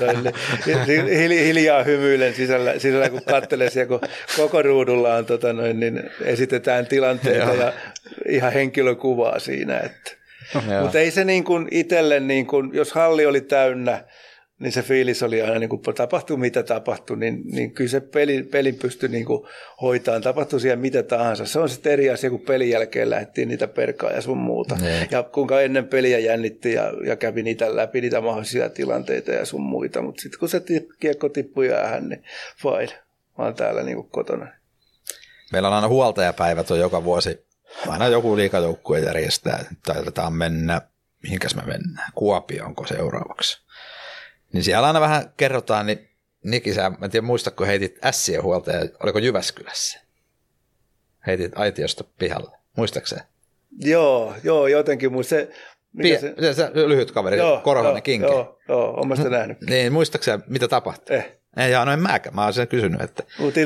Speaker 4: hiljaa hymyilen sisällä, kun katselee siellä, kun koko ruudulla on niin esitetään tilanteita ja ihan henkilökuvaa siinä. Mutta ei se niin kuin itselle, niin kuin, jos halli oli täynnä, niin se fiilis oli aina, niin kuin tapahtui mitä tapahtui, niin kyllä se pelin pystyi niin kuin hoitamaan, tapahtui siellä mitä tahansa. Se on sitten eri asia, kun pelin jälkeen lähdettiin niitä perkaa ja sun muuta. Ja kuinka ennen peliä jännitti ja kävi niitä läpi, niitä mahdollisia tilanteita ja sun muita. Mutta sitten kun se kiekko tippui jäähän, niin fine, mä oon täällä niin kuin kotona.
Speaker 3: Meillä on aina huoltajapäivät on joka vuosi, aina joku liigajoukkue järjestää. Taidetaan mennä, mihinkäs me mennään, Kuopioonko seuraavaksi. Niin siellä aina vähän kerrotaan, niin Niki, sä, en tiedä muistatko, heitit ässien huoltaja, oliko Jyväskylässä? Heitit aitiosta pihalle, muistaakseni?
Speaker 4: Joo, jotenkin muista.
Speaker 3: Se lyhyt kaveri, Korhonen Kinke.
Speaker 4: Joo, oon mä sitä nähnyt.
Speaker 3: Niin, muistaakseni, mitä tapahtui? En mäkään, mä oon sen kysynyt.
Speaker 4: Mutta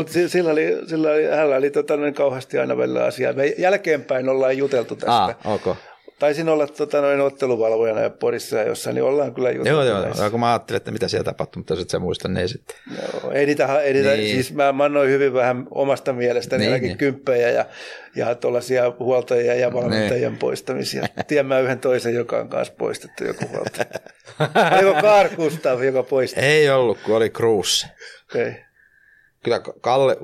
Speaker 4: hänellä oli kauheasti aina välillä asiaa. Me jälkeenpäin ollaan juteltu tästä.
Speaker 3: Okay.
Speaker 4: Taisin olla otteluvalvojana ja Porissa ja jossain, niin ollaan kyllä juteltu.
Speaker 3: Joo, kun mä ajattelin, että mitä siellä tapahtui, mutta jos et sä muista, niin sitten.
Speaker 4: Joo, ei niitä niin. Siis mä annoin hyvin vähän omasta mielestäni niin. Kymppejä ja tuollaisia huoltajia ja valmentajien poistamisia. Tiedän mä yhden toisen, joka on kanssa poistettu joku huoltaja. Oliko Carl Gustav, joka poistettu?
Speaker 3: Ei ollut, kun oli Cruz.
Speaker 4: Okay.
Speaker 3: Kyllä Kalle,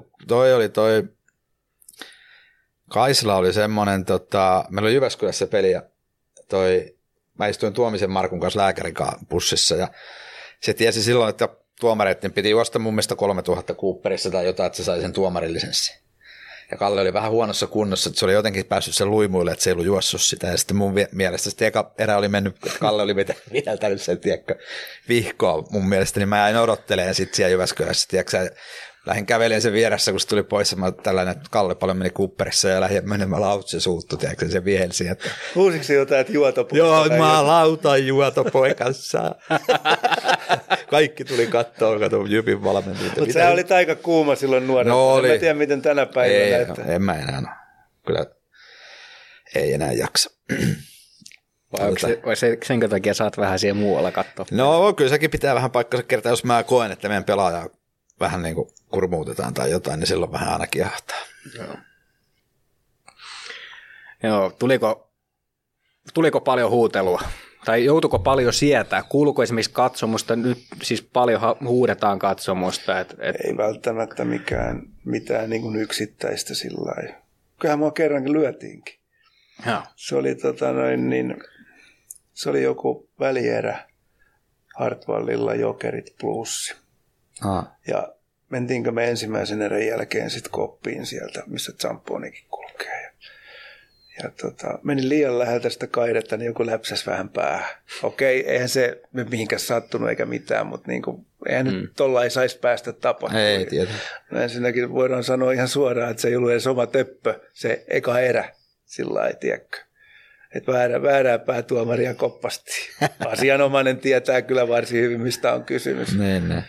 Speaker 3: Kaisla oli semmoinen, meillä oli Jyväskylässä peli ja mä istuin Tuomisen Markun kanssa lääkärin bussissa ja se tiesi silloin, että tuomareiden piti juosta mun mielestä 3000 Cooperissa tai jotain, että se sai sen tuomarillisenssi. Ja Kalle oli vähän huonossa kunnossa, että se oli jotenkin päässyt sen luimuille, että se ei ollut juossut sitä. Ja sitten mun mielestä sitten eka erä oli mennyt, että Kalle oli vetänyt sen, tiedätkö, vihkoa mun mielestä, niin mä jäin odottelemaan sitten siellä Jyväskylässä, tiedätkö, lähdin kävelemään sen vieressä, kun se tuli pois, mä tällainen, että Kalle paljon meni Cooperissa ja lähdin menemään lautse suuttu, tiedätkö, se vihelsi. Että...
Speaker 4: Huusitko se jotain, että juotopoika?
Speaker 3: Joo, mä lautan juotopoikassa. Kaikki tuli katsoa, Jypin valmentajat.
Speaker 4: Mutta sä olit aika kuuma silloin nuorena.
Speaker 3: No oli.
Speaker 4: En tiedä, miten tänä päivänä.
Speaker 3: En mä enää ole. Kyllä ei enää jaksa.
Speaker 2: Vai senkö takia saat vähän siellä muualla katsoa?
Speaker 3: No kyllä sekin pitää vähän paikkansa kertaa, jos mä koen, että meidän pelaajaa vähän niin kuin kurmuutetaan tai jotain, niin silloin vähän ainakin jahtaa.
Speaker 2: Joo, tuliko paljon huutelua? Tai joutuiko paljon sietää? Kuuluuko esimerkiksi katsomusta? Nyt siis paljon huudetaan katsomusta.
Speaker 4: Ei välttämättä mitään niin kuin yksittäistä sillä lailla. Kyllähän mua kerrankin lyötiinkin.
Speaker 2: Joo.
Speaker 4: Se oli joku välierä Hartwallilla Jokerit plussi. Ja mentiinkö me ensimmäisen erän jälkeen sitten koppiin sieltä, missä Zamponikin kulkee. Ja menin liian läheltä sitä kaidetta, niin joku läpsäsi vähän päähän. Okei, eihän se mihinkään sattunut eikä mitään, mutta niinku, eihän nyt tolla ei saisi päästä tapahtumaan.
Speaker 3: Ei tiedä.
Speaker 4: No ensinnäkin voidaan sanoa ihan suoraan, että se ei ollut edes oma töppö, se eka erä, sillä ei tiedäkö. Että väärää päätuomaria koppasti. Asianomainen tietää kyllä varsin hyvin, mistä on kysymys.
Speaker 3: Ne.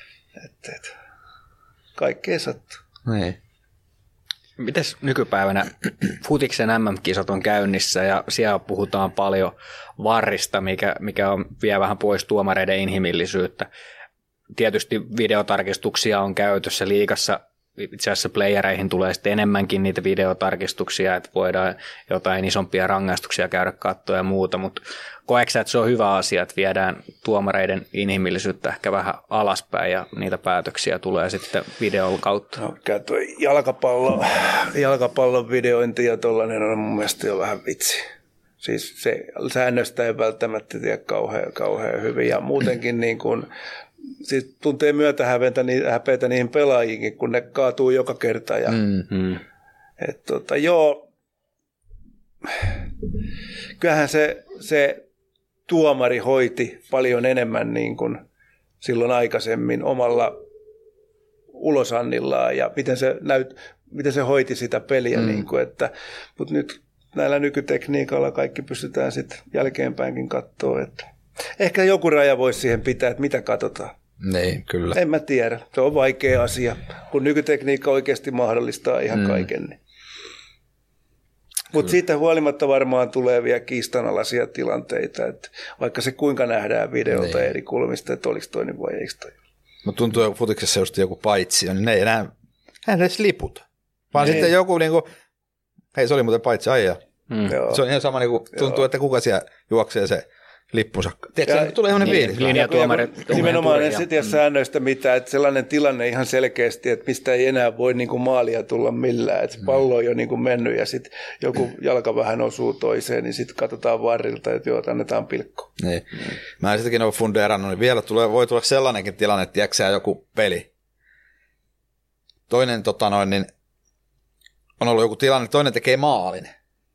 Speaker 4: Kaikkea sattuu.
Speaker 3: Niin.
Speaker 2: Mites nykypäivänä futiksen MM-kisat on käynnissä ja siellä puhutaan paljon varrista, mikä vie vähän pois tuomareiden inhimillisyyttä. Tietysti videotarkistuksia on käytössä liigassa. Itse asiassa playereihin tulee sitten enemmänkin niitä videotarkistuksia, että voidaan jotain isompia rangaistuksia käydä katsoa ja muuta, mutta koetko sä, että se on hyvä asia, että viedään tuomareiden inhimillisyyttä ehkä vähän alaspäin ja niitä päätöksiä tulee sitten videon kautta?
Speaker 4: No, tuo jalkapallon videointi ja tollainen on mun mielestä jo vähän vitsi. Siis se säännöstä ei välttämättä tiedä kauhean hyvin ja muutenkin niin kuin siis tuntee häpeätä niihin pelaajiinkin, kun ne kaatuu joka kerta. Ja, joo, kyllähän se tuomari hoiti paljon enemmän niin kuin silloin aikaisemmin omalla ulosannillaan ja miten se hoiti sitä peliä. Niin kuin, mutta nyt näillä nykytekniikalla kaikki pystytään sitten jälkeenpäinkin katsoa, että ehkä joku raja voisi siihen pitää, että mitä katsotaan.
Speaker 3: Niin, kyllä.
Speaker 4: En mä tiedä. Se on vaikea asia, kun nykytekniikka oikeasti mahdollistaa ihan kaiken. Niin. Mutta siitä huolimatta varmaan tulee vielä kiistanalaisia tilanteita, että vaikka se kuinka nähdään videolta eri kulmista, että oliko toinen vai eikö toi.
Speaker 3: Mutta tuntuu, että futiksessa just joku paitsi, niin ne ei enää edes liputa. Vaan sitten joku niinku, hei se oli muuten paitsi aijaa. Se on ihan sama, niinku, tuntuu, että kuka siellä juoksee se lippunsa. Tiedätkö, tulee sellainen fiilis.
Speaker 2: Linjatuomarit.
Speaker 4: Nimenomaan en sitten tiedä säännöistä mitään, että sellainen tilanne ihan selkeästi, että mistä ei enää voi niinku maalia tulla millään. Että pallo on jo niinku mennyt ja sitten joku jalka vähän osuu toiseen, niin sitten katsotaan varrilta, että joo, annetaan pilkko. Niin.
Speaker 3: Mä en sitäkin ole fundeerannut, niin vielä voi tulla sellainenkin tilanne, että tiedätkö joku peli. Toinen niin on ollut joku tilanne, toinen tekee maalin.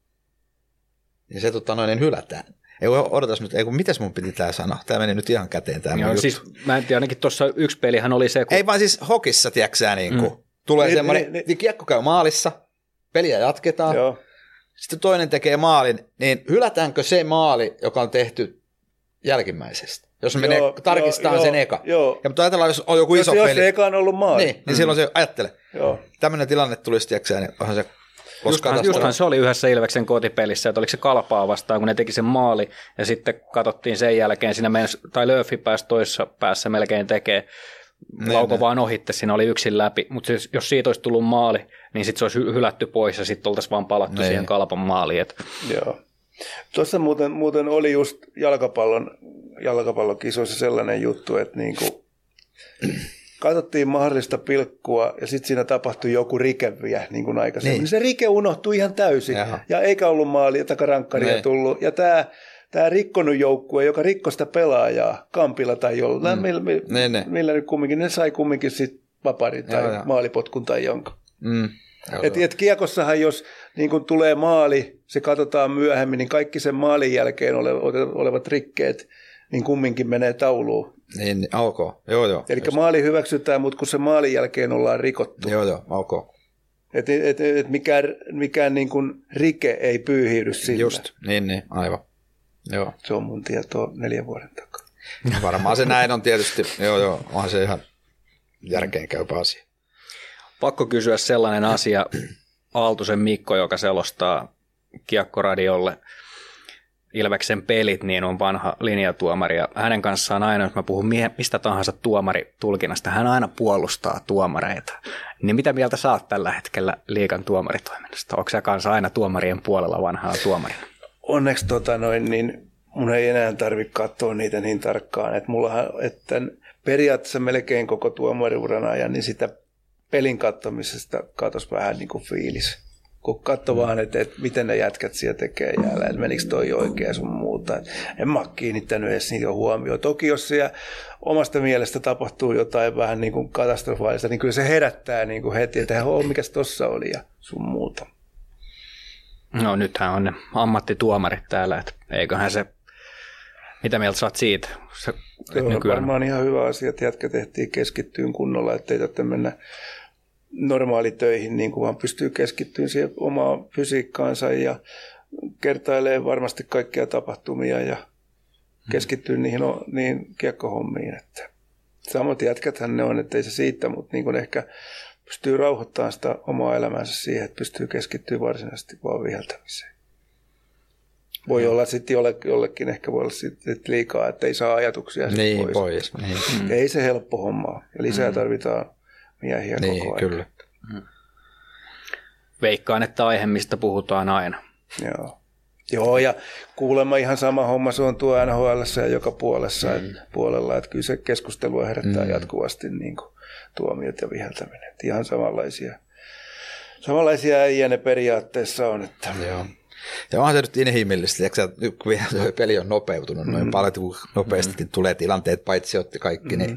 Speaker 3: Ja se niin hylätään. Ei odotas nyt, mitäs mun piti tää sanoa? Tää meni nyt ihan käteen tää
Speaker 2: juttu. Siis mä en tiedä, ainakin tuossa yksi pelihän oli se, kun...
Speaker 3: Ei vaan siis hokissa, tiedätkö niin tulee semmoinen, niin kiekko käy maalissa, peliä jatketaan, joo. Sitten toinen tekee maalin, niin hylätäänkö se maali, joka on tehty jälkimmäisestä? Jos menee tarkistamaan sen eka.
Speaker 4: Joo.
Speaker 3: Ja mutta ajatellaan, jos on joku iso peli.
Speaker 4: Jos se eka on ollut maali.
Speaker 3: Niin silloin se ajattele. Tämmöinen tilanne tulisi, tiedätkö, niin onhan se...
Speaker 2: Justhan se oli yhdessä Ilveksen kotipelissä, että oliko se Kalpaa vastaan, kun ne teki sen maali, ja sitten katsottiin sen jälkeen, siinä Lööfi pääsi toisessa päässä melkein tekee, lauko vaan ohitte, siinä oli yksin läpi, mutta jos siitä olisi tullut maali, niin sitten se olisi hylätty pois, ja sitten oltaisiin vaan palattu siihen Kalpan maaliin.
Speaker 4: Joo. Tuossa muuten oli just jalkapallokisoissa sellainen juttu, että niinku... Katsottiin mahdollista pilkkua ja sitten siinä tapahtui joku rike vielä niin kuin aikaisemmin. Niin. Se rike unohtui ihan täysin. Ja eikä ollut maalia takarankkaria tullut. Ja tämä rikkonut joukkue, joka rikkoi sitä pelaajaa Kampilla tai jollain, millä nyt kumminkin, ne sai kumminkin sit vaparin tai maalipotkun tai jonka. Et kiekossahan, jos niin kun tulee maali, se katsotaan myöhemmin, niin kaikki sen maalin jälkeen olevat rikkeet, niin kumminkin menee tauluun.
Speaker 3: Niin, ok. Joo.
Speaker 4: Eli maali hyväksytään, mutta kun se maalin jälkeen ollaan rikottu.
Speaker 3: Joo, ok.
Speaker 4: Mikään niin kuin rike ei pyyhiydy sillä.
Speaker 3: Just, niin, aivan. Joo.
Speaker 4: Se on mun tieto 4 vuoden takaa.
Speaker 3: Varmaan se näin on tietysti. Joo, onhan se ihan järkeenkäypä asia.
Speaker 2: Pakko kysyä sellainen asia, Aaltosen Mikko, joka selostaa Kiekkoradiolle Ilveksen pelit, niin on vanha linjatuomari. Ja hänen kanssaan aina, jos mä puhun mistä tahansa tuomaritulkinnasta, hän aina puolustaa tuomareita. Niin mitä mieltä sä oot tällä hetkellä liigan tuomaritoiminnasta? Onko sä kanssa aina tuomarien puolella vanhaa tuomarina?
Speaker 4: Onneksi niin mun ei enää tarvitse katsoa niitä niin tarkkaan. Että periaatteessa melkein koko tuomariuran ajan, niin sitä pelin katsomisesta katosi vähän niin kuin fiilis. Kun katsoi vaan, että miten ne jätkät siellä tekee jäällä, että menikö toi oikein sun muuta. En mä ole kiinnittänyt edes niitä huomioon. Toki jos siellä omasta mielestä tapahtuu jotain vähän niin kuin katastrofaalista, niin kyllä se herättää niin kuin heti, että mikäs tossa oli ja sun muuta.
Speaker 2: No nythän on ne ammattituomarit täällä, että eiköhän se, mitä mieltä sä oot siitä?
Speaker 4: Se on varmaan ihan hyvä asia, että jätkä tehtiin keskittyyn kunnolla, ettei tarvitse mennä normaalitöihin, niin kuin vaan pystyy keskittymään siihen omaan fysiikkaansa ja kertailee varmasti kaikkia tapahtumia ja keskittyy niihin kiekkohommiin. Että samat jätkäthän ne on, ettei se siitä, mutta niin kuin ehkä pystyy rauhoittamaan sitä omaa elämäänsä siihen, että pystyy keskittymään varsinaisesti vaan viheltämiseen. Voi olla sitten jollekin ehkä voi olla sitten liikaa, että ei saa ajatuksia
Speaker 3: pois. Niin.
Speaker 4: Ei se helppo hommaa ja lisää tarvitaan miehiä koko ajan.
Speaker 3: Kyllä.
Speaker 2: Veikkaan, että aihe, mistä puhutaan aina.
Speaker 4: Joo, ja kuulemma ihan sama homma se on tuo NHL:ssä ja joka puolella, että kyllä se keskustelua herättää jatkuvasti niin kuin tuomiot ja viheltäminen. Että ihan samanlaisia äijä ne periaatteessa on. Että.
Speaker 3: Joo. Ja onhan se nyt inhimillistä, kun peli on nopeutunut noin paljon, kun nopeastikin tulee tilanteet, paitsi otti kaikki, niin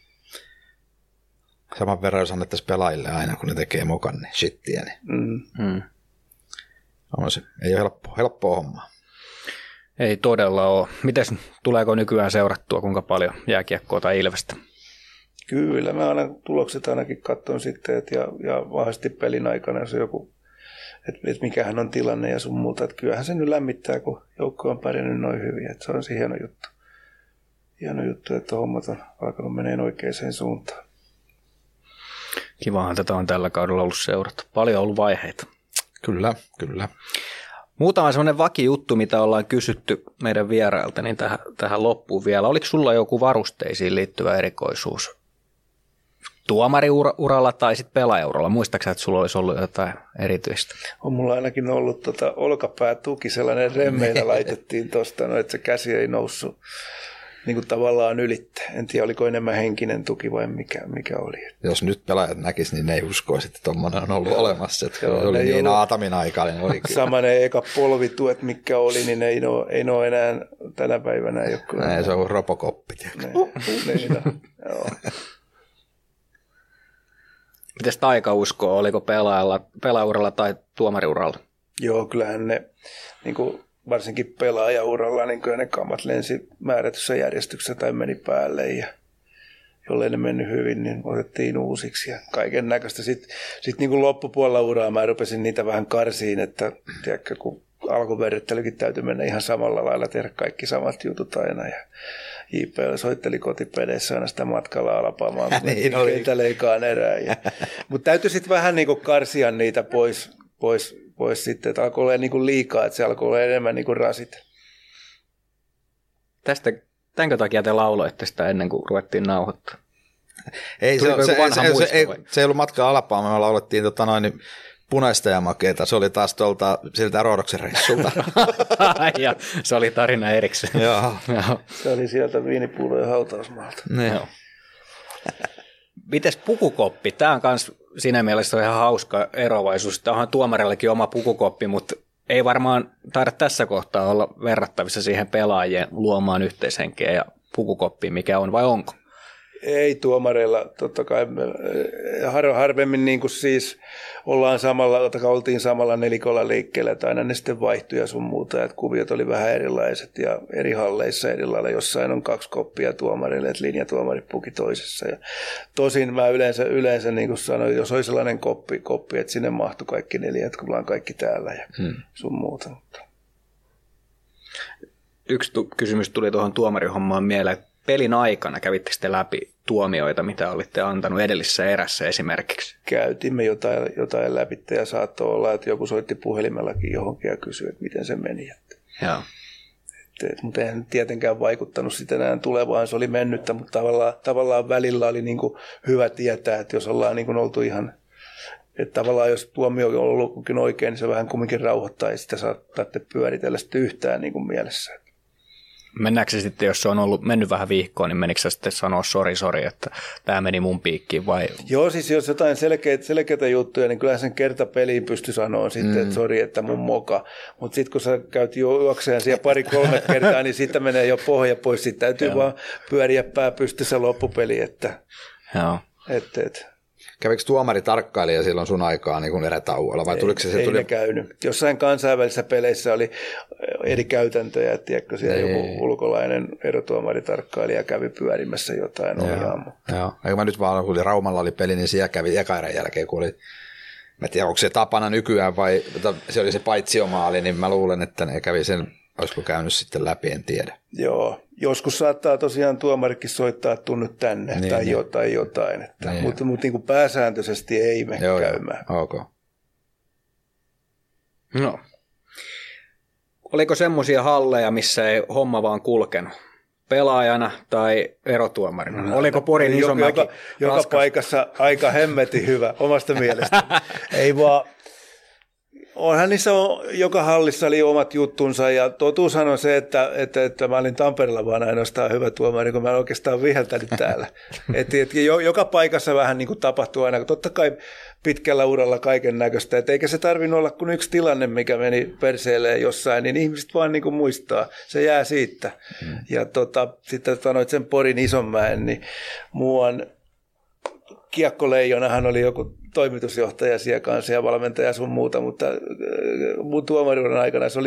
Speaker 3: saman verran jos annettaisiin pelaajille aina, kun ne tekee mokan, niin shittiä, niin on se, ei ole helppoa hommaa.
Speaker 2: Ei todella ole. Mites, tuleeko nykyään seurattua kuinka paljon jääkiekkoa tai Ilvestä?
Speaker 4: Kyllä, mä aina tulokset ainakin katson sitten, ja vahvasti pelin aikana, jos on joku, että mikähän on tilanne ja sun muuta, että kyllähän se nyt lämmittää, kun joukko on pärjännyt noin hyvin, että se on se hieno juttu. Hieno juttu, että hommat on alkanut meneen oikeaan suuntaan.
Speaker 2: Kivahan tätä on tällä kaudella ollut seurata. Paljon on ollut vaiheita.
Speaker 3: Kyllä.
Speaker 2: Muutama semmoinen vakijuttu, mitä ollaan kysytty meidän vierailta, niin tähän loppuun vielä. Oliko sulla joku varusteisiin liittyvä erikoisuus tuomariuralla tai sitten pelaajauralla? Muistaaksä, että sulla olisi ollut jotain erityistä?
Speaker 4: On mulla ainakin ollut olkapäätuki, sellainen remmeillä laitettiin tuosta, että se käsi ei noussut niin kuin tavallaan ylitte. En tiedä, oliko enemmän henkinen tuki vai mikä oli. Jos
Speaker 3: nyt pelaajat näkisi, niin ne ei uskoisi, että tuommoinen on ollut olemassa. Että joo, oli niin aatamin aikainen.
Speaker 4: Samainen eka polvituet, mikä oli, niin ei ole enää tänä päivänä.
Speaker 3: Se on robokoppi.
Speaker 4: Joo.
Speaker 2: Mites taikauskoa, oliko pelaajauralla tai tuomariuralla?
Speaker 4: Joo, kyllähän ne niin kuin varsinkin pelaajauralla, niin kyllä ne kammat lensi määrätyssä järjestyksessä tai meni päälle ja jollei ne mennyt hyvin, niin otettiin uusiksi ja kaiken näköistä. Sitten niin kuin loppupuolella uraa mä rupesin niitä vähän karsiin, että tiedätkö, kun alkuverryttelykin täytyy mennä ihan samalla lailla, tehdä kaikki samat jutut aina ja JPL soitteli kotipedeissä aina sitä matkalla alapaamaan, kun niin keitä leikaan erää. Mutta täytyy sitten vähän niin kuin karsia niitä pois sitten, että alkoi olla niin kuin liikaa, että se alkoi olla enemmän niin kuin rasite.
Speaker 2: Tämänkö takia te lauloitte sitä ennen kuin ruvettiin nauhoittaa?
Speaker 3: Ei, se ei ollut matkaa alapaamaan, me laulettiin Punaista ja makeeta. Se oli taas siltä Roodoksen reissulta.
Speaker 2: Ja se oli tarina erikseen.
Speaker 3: Joo.
Speaker 4: Se oli sieltä viinipullojen hautausmaalta.
Speaker 2: Joo. Mites pukukoppi? Tämä on myös siinä mielessä ihan hauska eroavaisuus. Tämä onhan tuomarillekin oma pukukoppi, mutta ei varmaan taida tässä kohtaa olla verrattavissa siihen pelaajien luomaan yhteishenkeä ja pukukoppiin, mikä on vai onko?
Speaker 4: Ei tuomareilla, totta kai harvemmin niin kuin siis oltiin samalla nelikolla liikkeellä, että aina ne sitten vaihtui ja sun muuta, että kuviot oli vähän erilaiset ja eri halleissa eri lailla, jossain on 2 koppia tuomarille, että linjatuomarit puki toisessa. Ja tosin mä yleensä niin kuin sanoin, jos oli sellainen koppi, että sinne mahtui kaikki 4, että kun ollaan kaikki täällä ja sun muuta.
Speaker 2: Yksi kysymys tuli tuohon tuomarihommaan mieleen. Pelin aikana kävittekö te läpi tuomioita, mitä olitte antanut edellisessä erässä esimerkiksi?
Speaker 4: Käytimme jotain läpi ja saattoi olla, että joku soitti puhelimellakin johonkin ja kysyi, että miten se meni.
Speaker 2: Joo.
Speaker 4: Mutta eihän tietenkään vaikuttanut sitä enää tulevaan, se oli mennyttä, mutta tavallaan välillä oli niin kuin hyvä tietää, että jos ollaan niin kuin oltu ihan, että tavallaan jos tuomio on ollutkin oikein, niin se vähän kumminkin rauhoittaa ja sitä saattatte pyöritellä sitten yhtään niin kuin mielessä.
Speaker 2: Mennäänkö se sitten, jos se on mennyt vähän viikkoon, niin menikö se sitten sanoa sori, että tämä meni mun piikkiin vai? Joo,
Speaker 4: siis jos jotain selkeitä juttuja, niin kyllähän sen kertapeliin pystyi sanoa sitten, että sori, että mun moka. Mutta sitten kun sä käyt juokseen siellä 2-3 kertaa, niin siitä menee jo pohja pois. Sitten täytyy vaan pyöriä pää pystyssä loppupeli, että.
Speaker 2: Joo.
Speaker 3: Kävikö tuomari tarkkailija silloin sun aikaa niin erätauolla vai tuliko se?
Speaker 4: Ei ne käynyt. Jossain kansainvälisissä peleissä oli eri käytäntöjä, että tiedätkö, siellä joku ulkolainen erotuomaritarkkailija kävi pyörimässä jotain ohjaamaan.
Speaker 3: Joo. Eikö mä nyt vaan, kun Raumalla oli peli, niin siellä kävi eka erän jälkeen, kun oli, mä tiedän, onko se tapana nykyään vai se oli se paitsiomaali, niin mä luulen, että ne kävi sen, olisiko käynyt sitten läpi, en tiedä.
Speaker 4: Joo. Joskus saattaa tosiaan tuomarikin soittaa, että tuu nyt tänne tai jotain. Mutta niin kuin pääsääntöisesti ei mene käymään.
Speaker 3: Okay.
Speaker 2: No. Oliko semmoisia halleja, missä ei homma vaan kulkenut? Pelaajana tai erotuomarina? Oliko Porin Isomäki
Speaker 4: joka paikassa aika hemmetin hyvä omasta mielestä. Ei vaan. Onhan niissä joka hallissa oli omat juttunsa ja totuushan on se, että mä olin Tampereella vaan ainoastaan hyvä tuomari, kun mä en oikeastaan viheltänyt täällä. Joka paikassa vähän niin kuin tapahtuu aina, totta kai pitkällä uralla kaiken näköistä. Eikä se tarvinnut olla kuin yksi tilanne, mikä meni perseelle jossain, niin ihmiset vaan niin kuin muistaa. Se jää siitä. Ja sitten sanoit sen Porin Isonmäen, niin muuan Kiekkoleijonahan oli joku toimitusjohtaja siellä kanssa ja valmentaja sun muuta, mutta mun tuomaruuden aikana se oli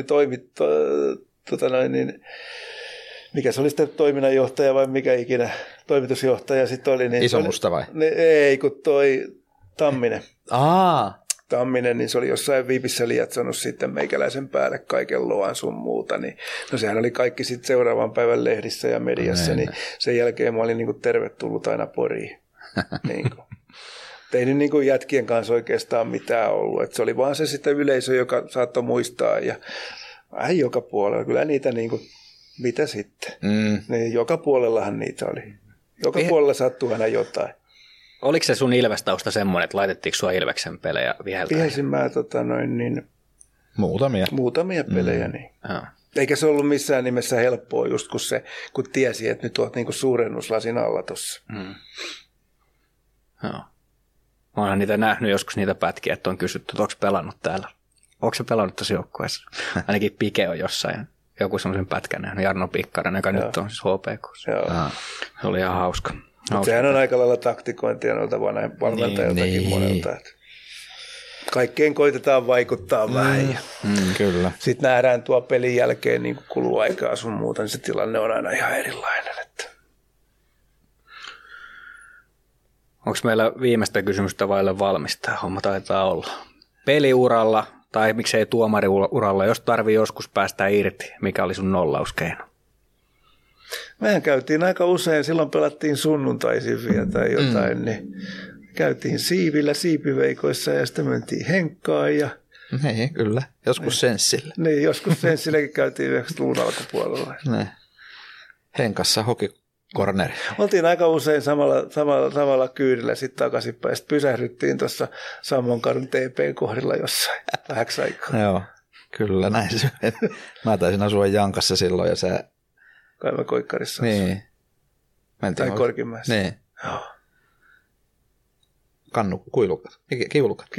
Speaker 4: mikä se oli sitten toiminnanjohtaja vai mikä ikinä toimitusjohtaja sitten oli. Niin
Speaker 3: Iso Musta vai?
Speaker 4: Ei, kun toi Tamminen.
Speaker 3: Tamminen,
Speaker 4: niin se oli jossain viipissä lietsonut sitten meikäläisen päälle kaiken loan sun muuta. Niin, no sehän oli kaikki sitten seuraavan päivän lehdissä ja mediassa, niin sen jälkeen mä olin niin kuin tervetullut aina Poriin. Niin kuin. Ei nyt niin kuin jätkien kanssa oikeastaan mitään ollut. Et se oli vaan se sitten yleisö, joka saattoi muistaa ja joka puolella. Kyllä niitä niin kuin, mitä sitten? Niin joka puolellahan niitä oli. Joka puolella sattui aina jotain.
Speaker 2: Oliko se sun Ilves-tausta semmoinen, että laitettiinko sua Ilveksen pelejä viheltämään?
Speaker 4: Vihelsin mä muutamia pelejä. Niin. Eikä se ollut missään nimessä helppoa just kun tiesi, että nyt olet niin kuin suurennuslasin alla tuossa.
Speaker 2: Joo. Mä oonhan niitä nähnyt joskus niitä pätkiä, että on kysytty, että onko pelannut täällä. Onko se pelannut tuossa joukkueessa? Ainakin Pike on jossain. Joku semmoisen pätkän nähnyt, Jarno Pikkanen, joka nyt on siis HPK. Se oli ihan hauska.
Speaker 4: Sehän on aika lailla taktikointia noilta valmentajiltakin monelta. Kaikkeen koitetaan vaikuttaa vähän.
Speaker 3: Kyllä.
Speaker 4: Sitten nähdään tuo pelin jälkeen, niin kun kuluu aikaa sun muuta, niin se tilanne on aina ihan erilainen.
Speaker 2: Onko meillä viimeistä kysymystä vaille valmistaa? Homma taitaa olla. Peliuralla tai miksei tuomariuralla, jos tarvii joskus päästä irti, mikä oli sun nollauskeino?
Speaker 4: Mehän käytiin aika usein, silloin pelattiin sunnuntaisin vielä tai jotain, niin käytiin siivillä, siipiveikoissa ja sitten mentiin Henkkaan. Ja
Speaker 3: niin, kyllä. Joskus Senssillä.
Speaker 4: Niin, joskus Senssilläkin käytiin 90-luvun alkupuolella.
Speaker 3: Ne. Henkassa hokikorneri.
Speaker 4: Oltiin aika usein samalla kyydillä sitten takaisinpäin. Sitten pysähdyttiin tuossa Sammonkadun TP-kohdilla jossain vähäksi aikaa.
Speaker 3: Joo, kyllä näin se. Mä taisin asua Jankassa silloin ja sä...
Speaker 4: Kai mä Koikkarissa
Speaker 3: niin.
Speaker 4: Tai Korkimäessä.
Speaker 3: Niin.
Speaker 4: Joo.
Speaker 3: Kiulukat.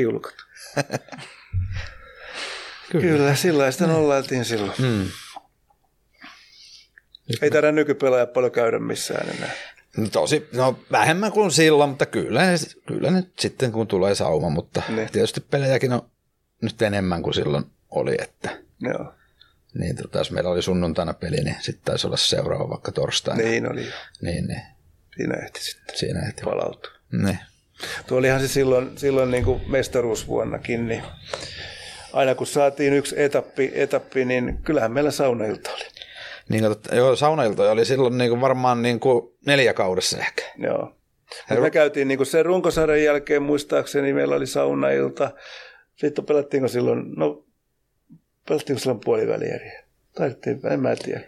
Speaker 4: Kyllä, sillä sitä nollailtiin silloin. Ei taida nykypelaaja paljon käydä missään enää.
Speaker 3: Vähemmän kuin silloin, mutta kyllä nyt sitten kun tulee sauma, mutta tietysti pelejäkin on nyt enemmän kuin silloin oli, että
Speaker 4: Joo.
Speaker 3: Niin, jos meillä oli sunnuntaina peli, niin sitten taisi olla seuraava vaikka torstaina.
Speaker 4: Niin oli.
Speaker 3: Niin.
Speaker 4: Siinä ehti palautua.
Speaker 3: Niin.
Speaker 4: Tuo olihan se silloin niin kuin mestaruusvuonnakin, niin aina kun saatiin yksi etappi, niin kyllähän meillä saunailta oli.
Speaker 3: Niin, saunailtoja oli silloin niin kuin varmaan niin kuin 4 kaudessa ehkä.
Speaker 4: Joo. Me käytiin niin kuin sen runkosarjan jälkeen, muistaakseni meillä oli saunailta. Sitten pelattiinko silloin puolivälieriä? Taidettiin, en mä tiedä.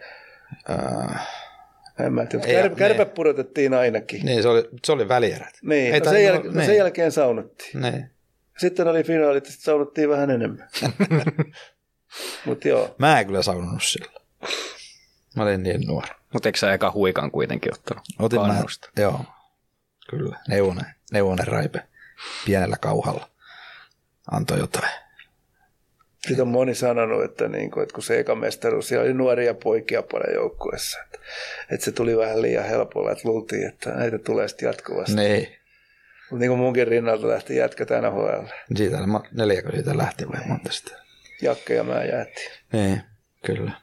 Speaker 4: Kärpä pudotettiin ainakin.
Speaker 3: Niin, se oli välierät.
Speaker 4: Niin, sen jälkeen saunottiin.
Speaker 3: Niin.
Speaker 4: Sitten oli finaalit, että saunottiin vähän enemmän. Mut joo.
Speaker 3: Mä en kyllä saunonut silloin. Mä olin niin nuori.
Speaker 2: Mutta eikö sä eka huikan kuitenkin ottanut?
Speaker 3: Otin mä, joo. Kyllä, neuvonen raipe pienellä kauhalla antoi jotain.
Speaker 4: Sitten on moni sanonut, että kun se eka mestaruus, siellä oli nuoria poikia paljon joukkueessa. Että se tuli vähän liian helpolla, että luultiin, että näitä tulee sitten jatkuvasti.
Speaker 3: Niin.
Speaker 4: Mutta niin kuin munkin rinnalta lähti jätkät NHL.
Speaker 3: Siitä 4 siitä lähti vai monta sitten.
Speaker 4: Jakke ja mä jäätiin.
Speaker 3: Niin, kyllä.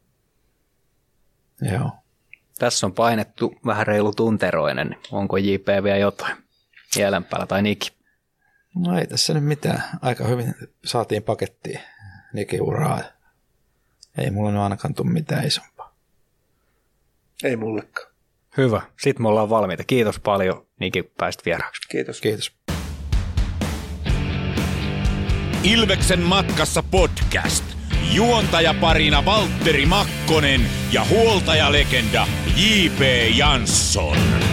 Speaker 3: Joo.
Speaker 2: Tässä on painettu vähän reilu tunteroinen. Onko JP vielä jotain jäljempäällä tai Niki?
Speaker 3: No ei tässä nyt mitään. Aika hyvin saatiin pakettiin Niki-uraa. Ei mulla nyt ainakaan tule mitään isompaa.
Speaker 4: Ei mullekaan.
Speaker 2: Hyvä. Sitten me ollaan valmiita. Kiitos paljon, Niki, pääsit vieraaksi.
Speaker 4: Kiitos.
Speaker 1: Ilveksen matkassa podcast. Juontajaparina Valtteri Makkonen ja huoltajalegenda J.P. Jansson.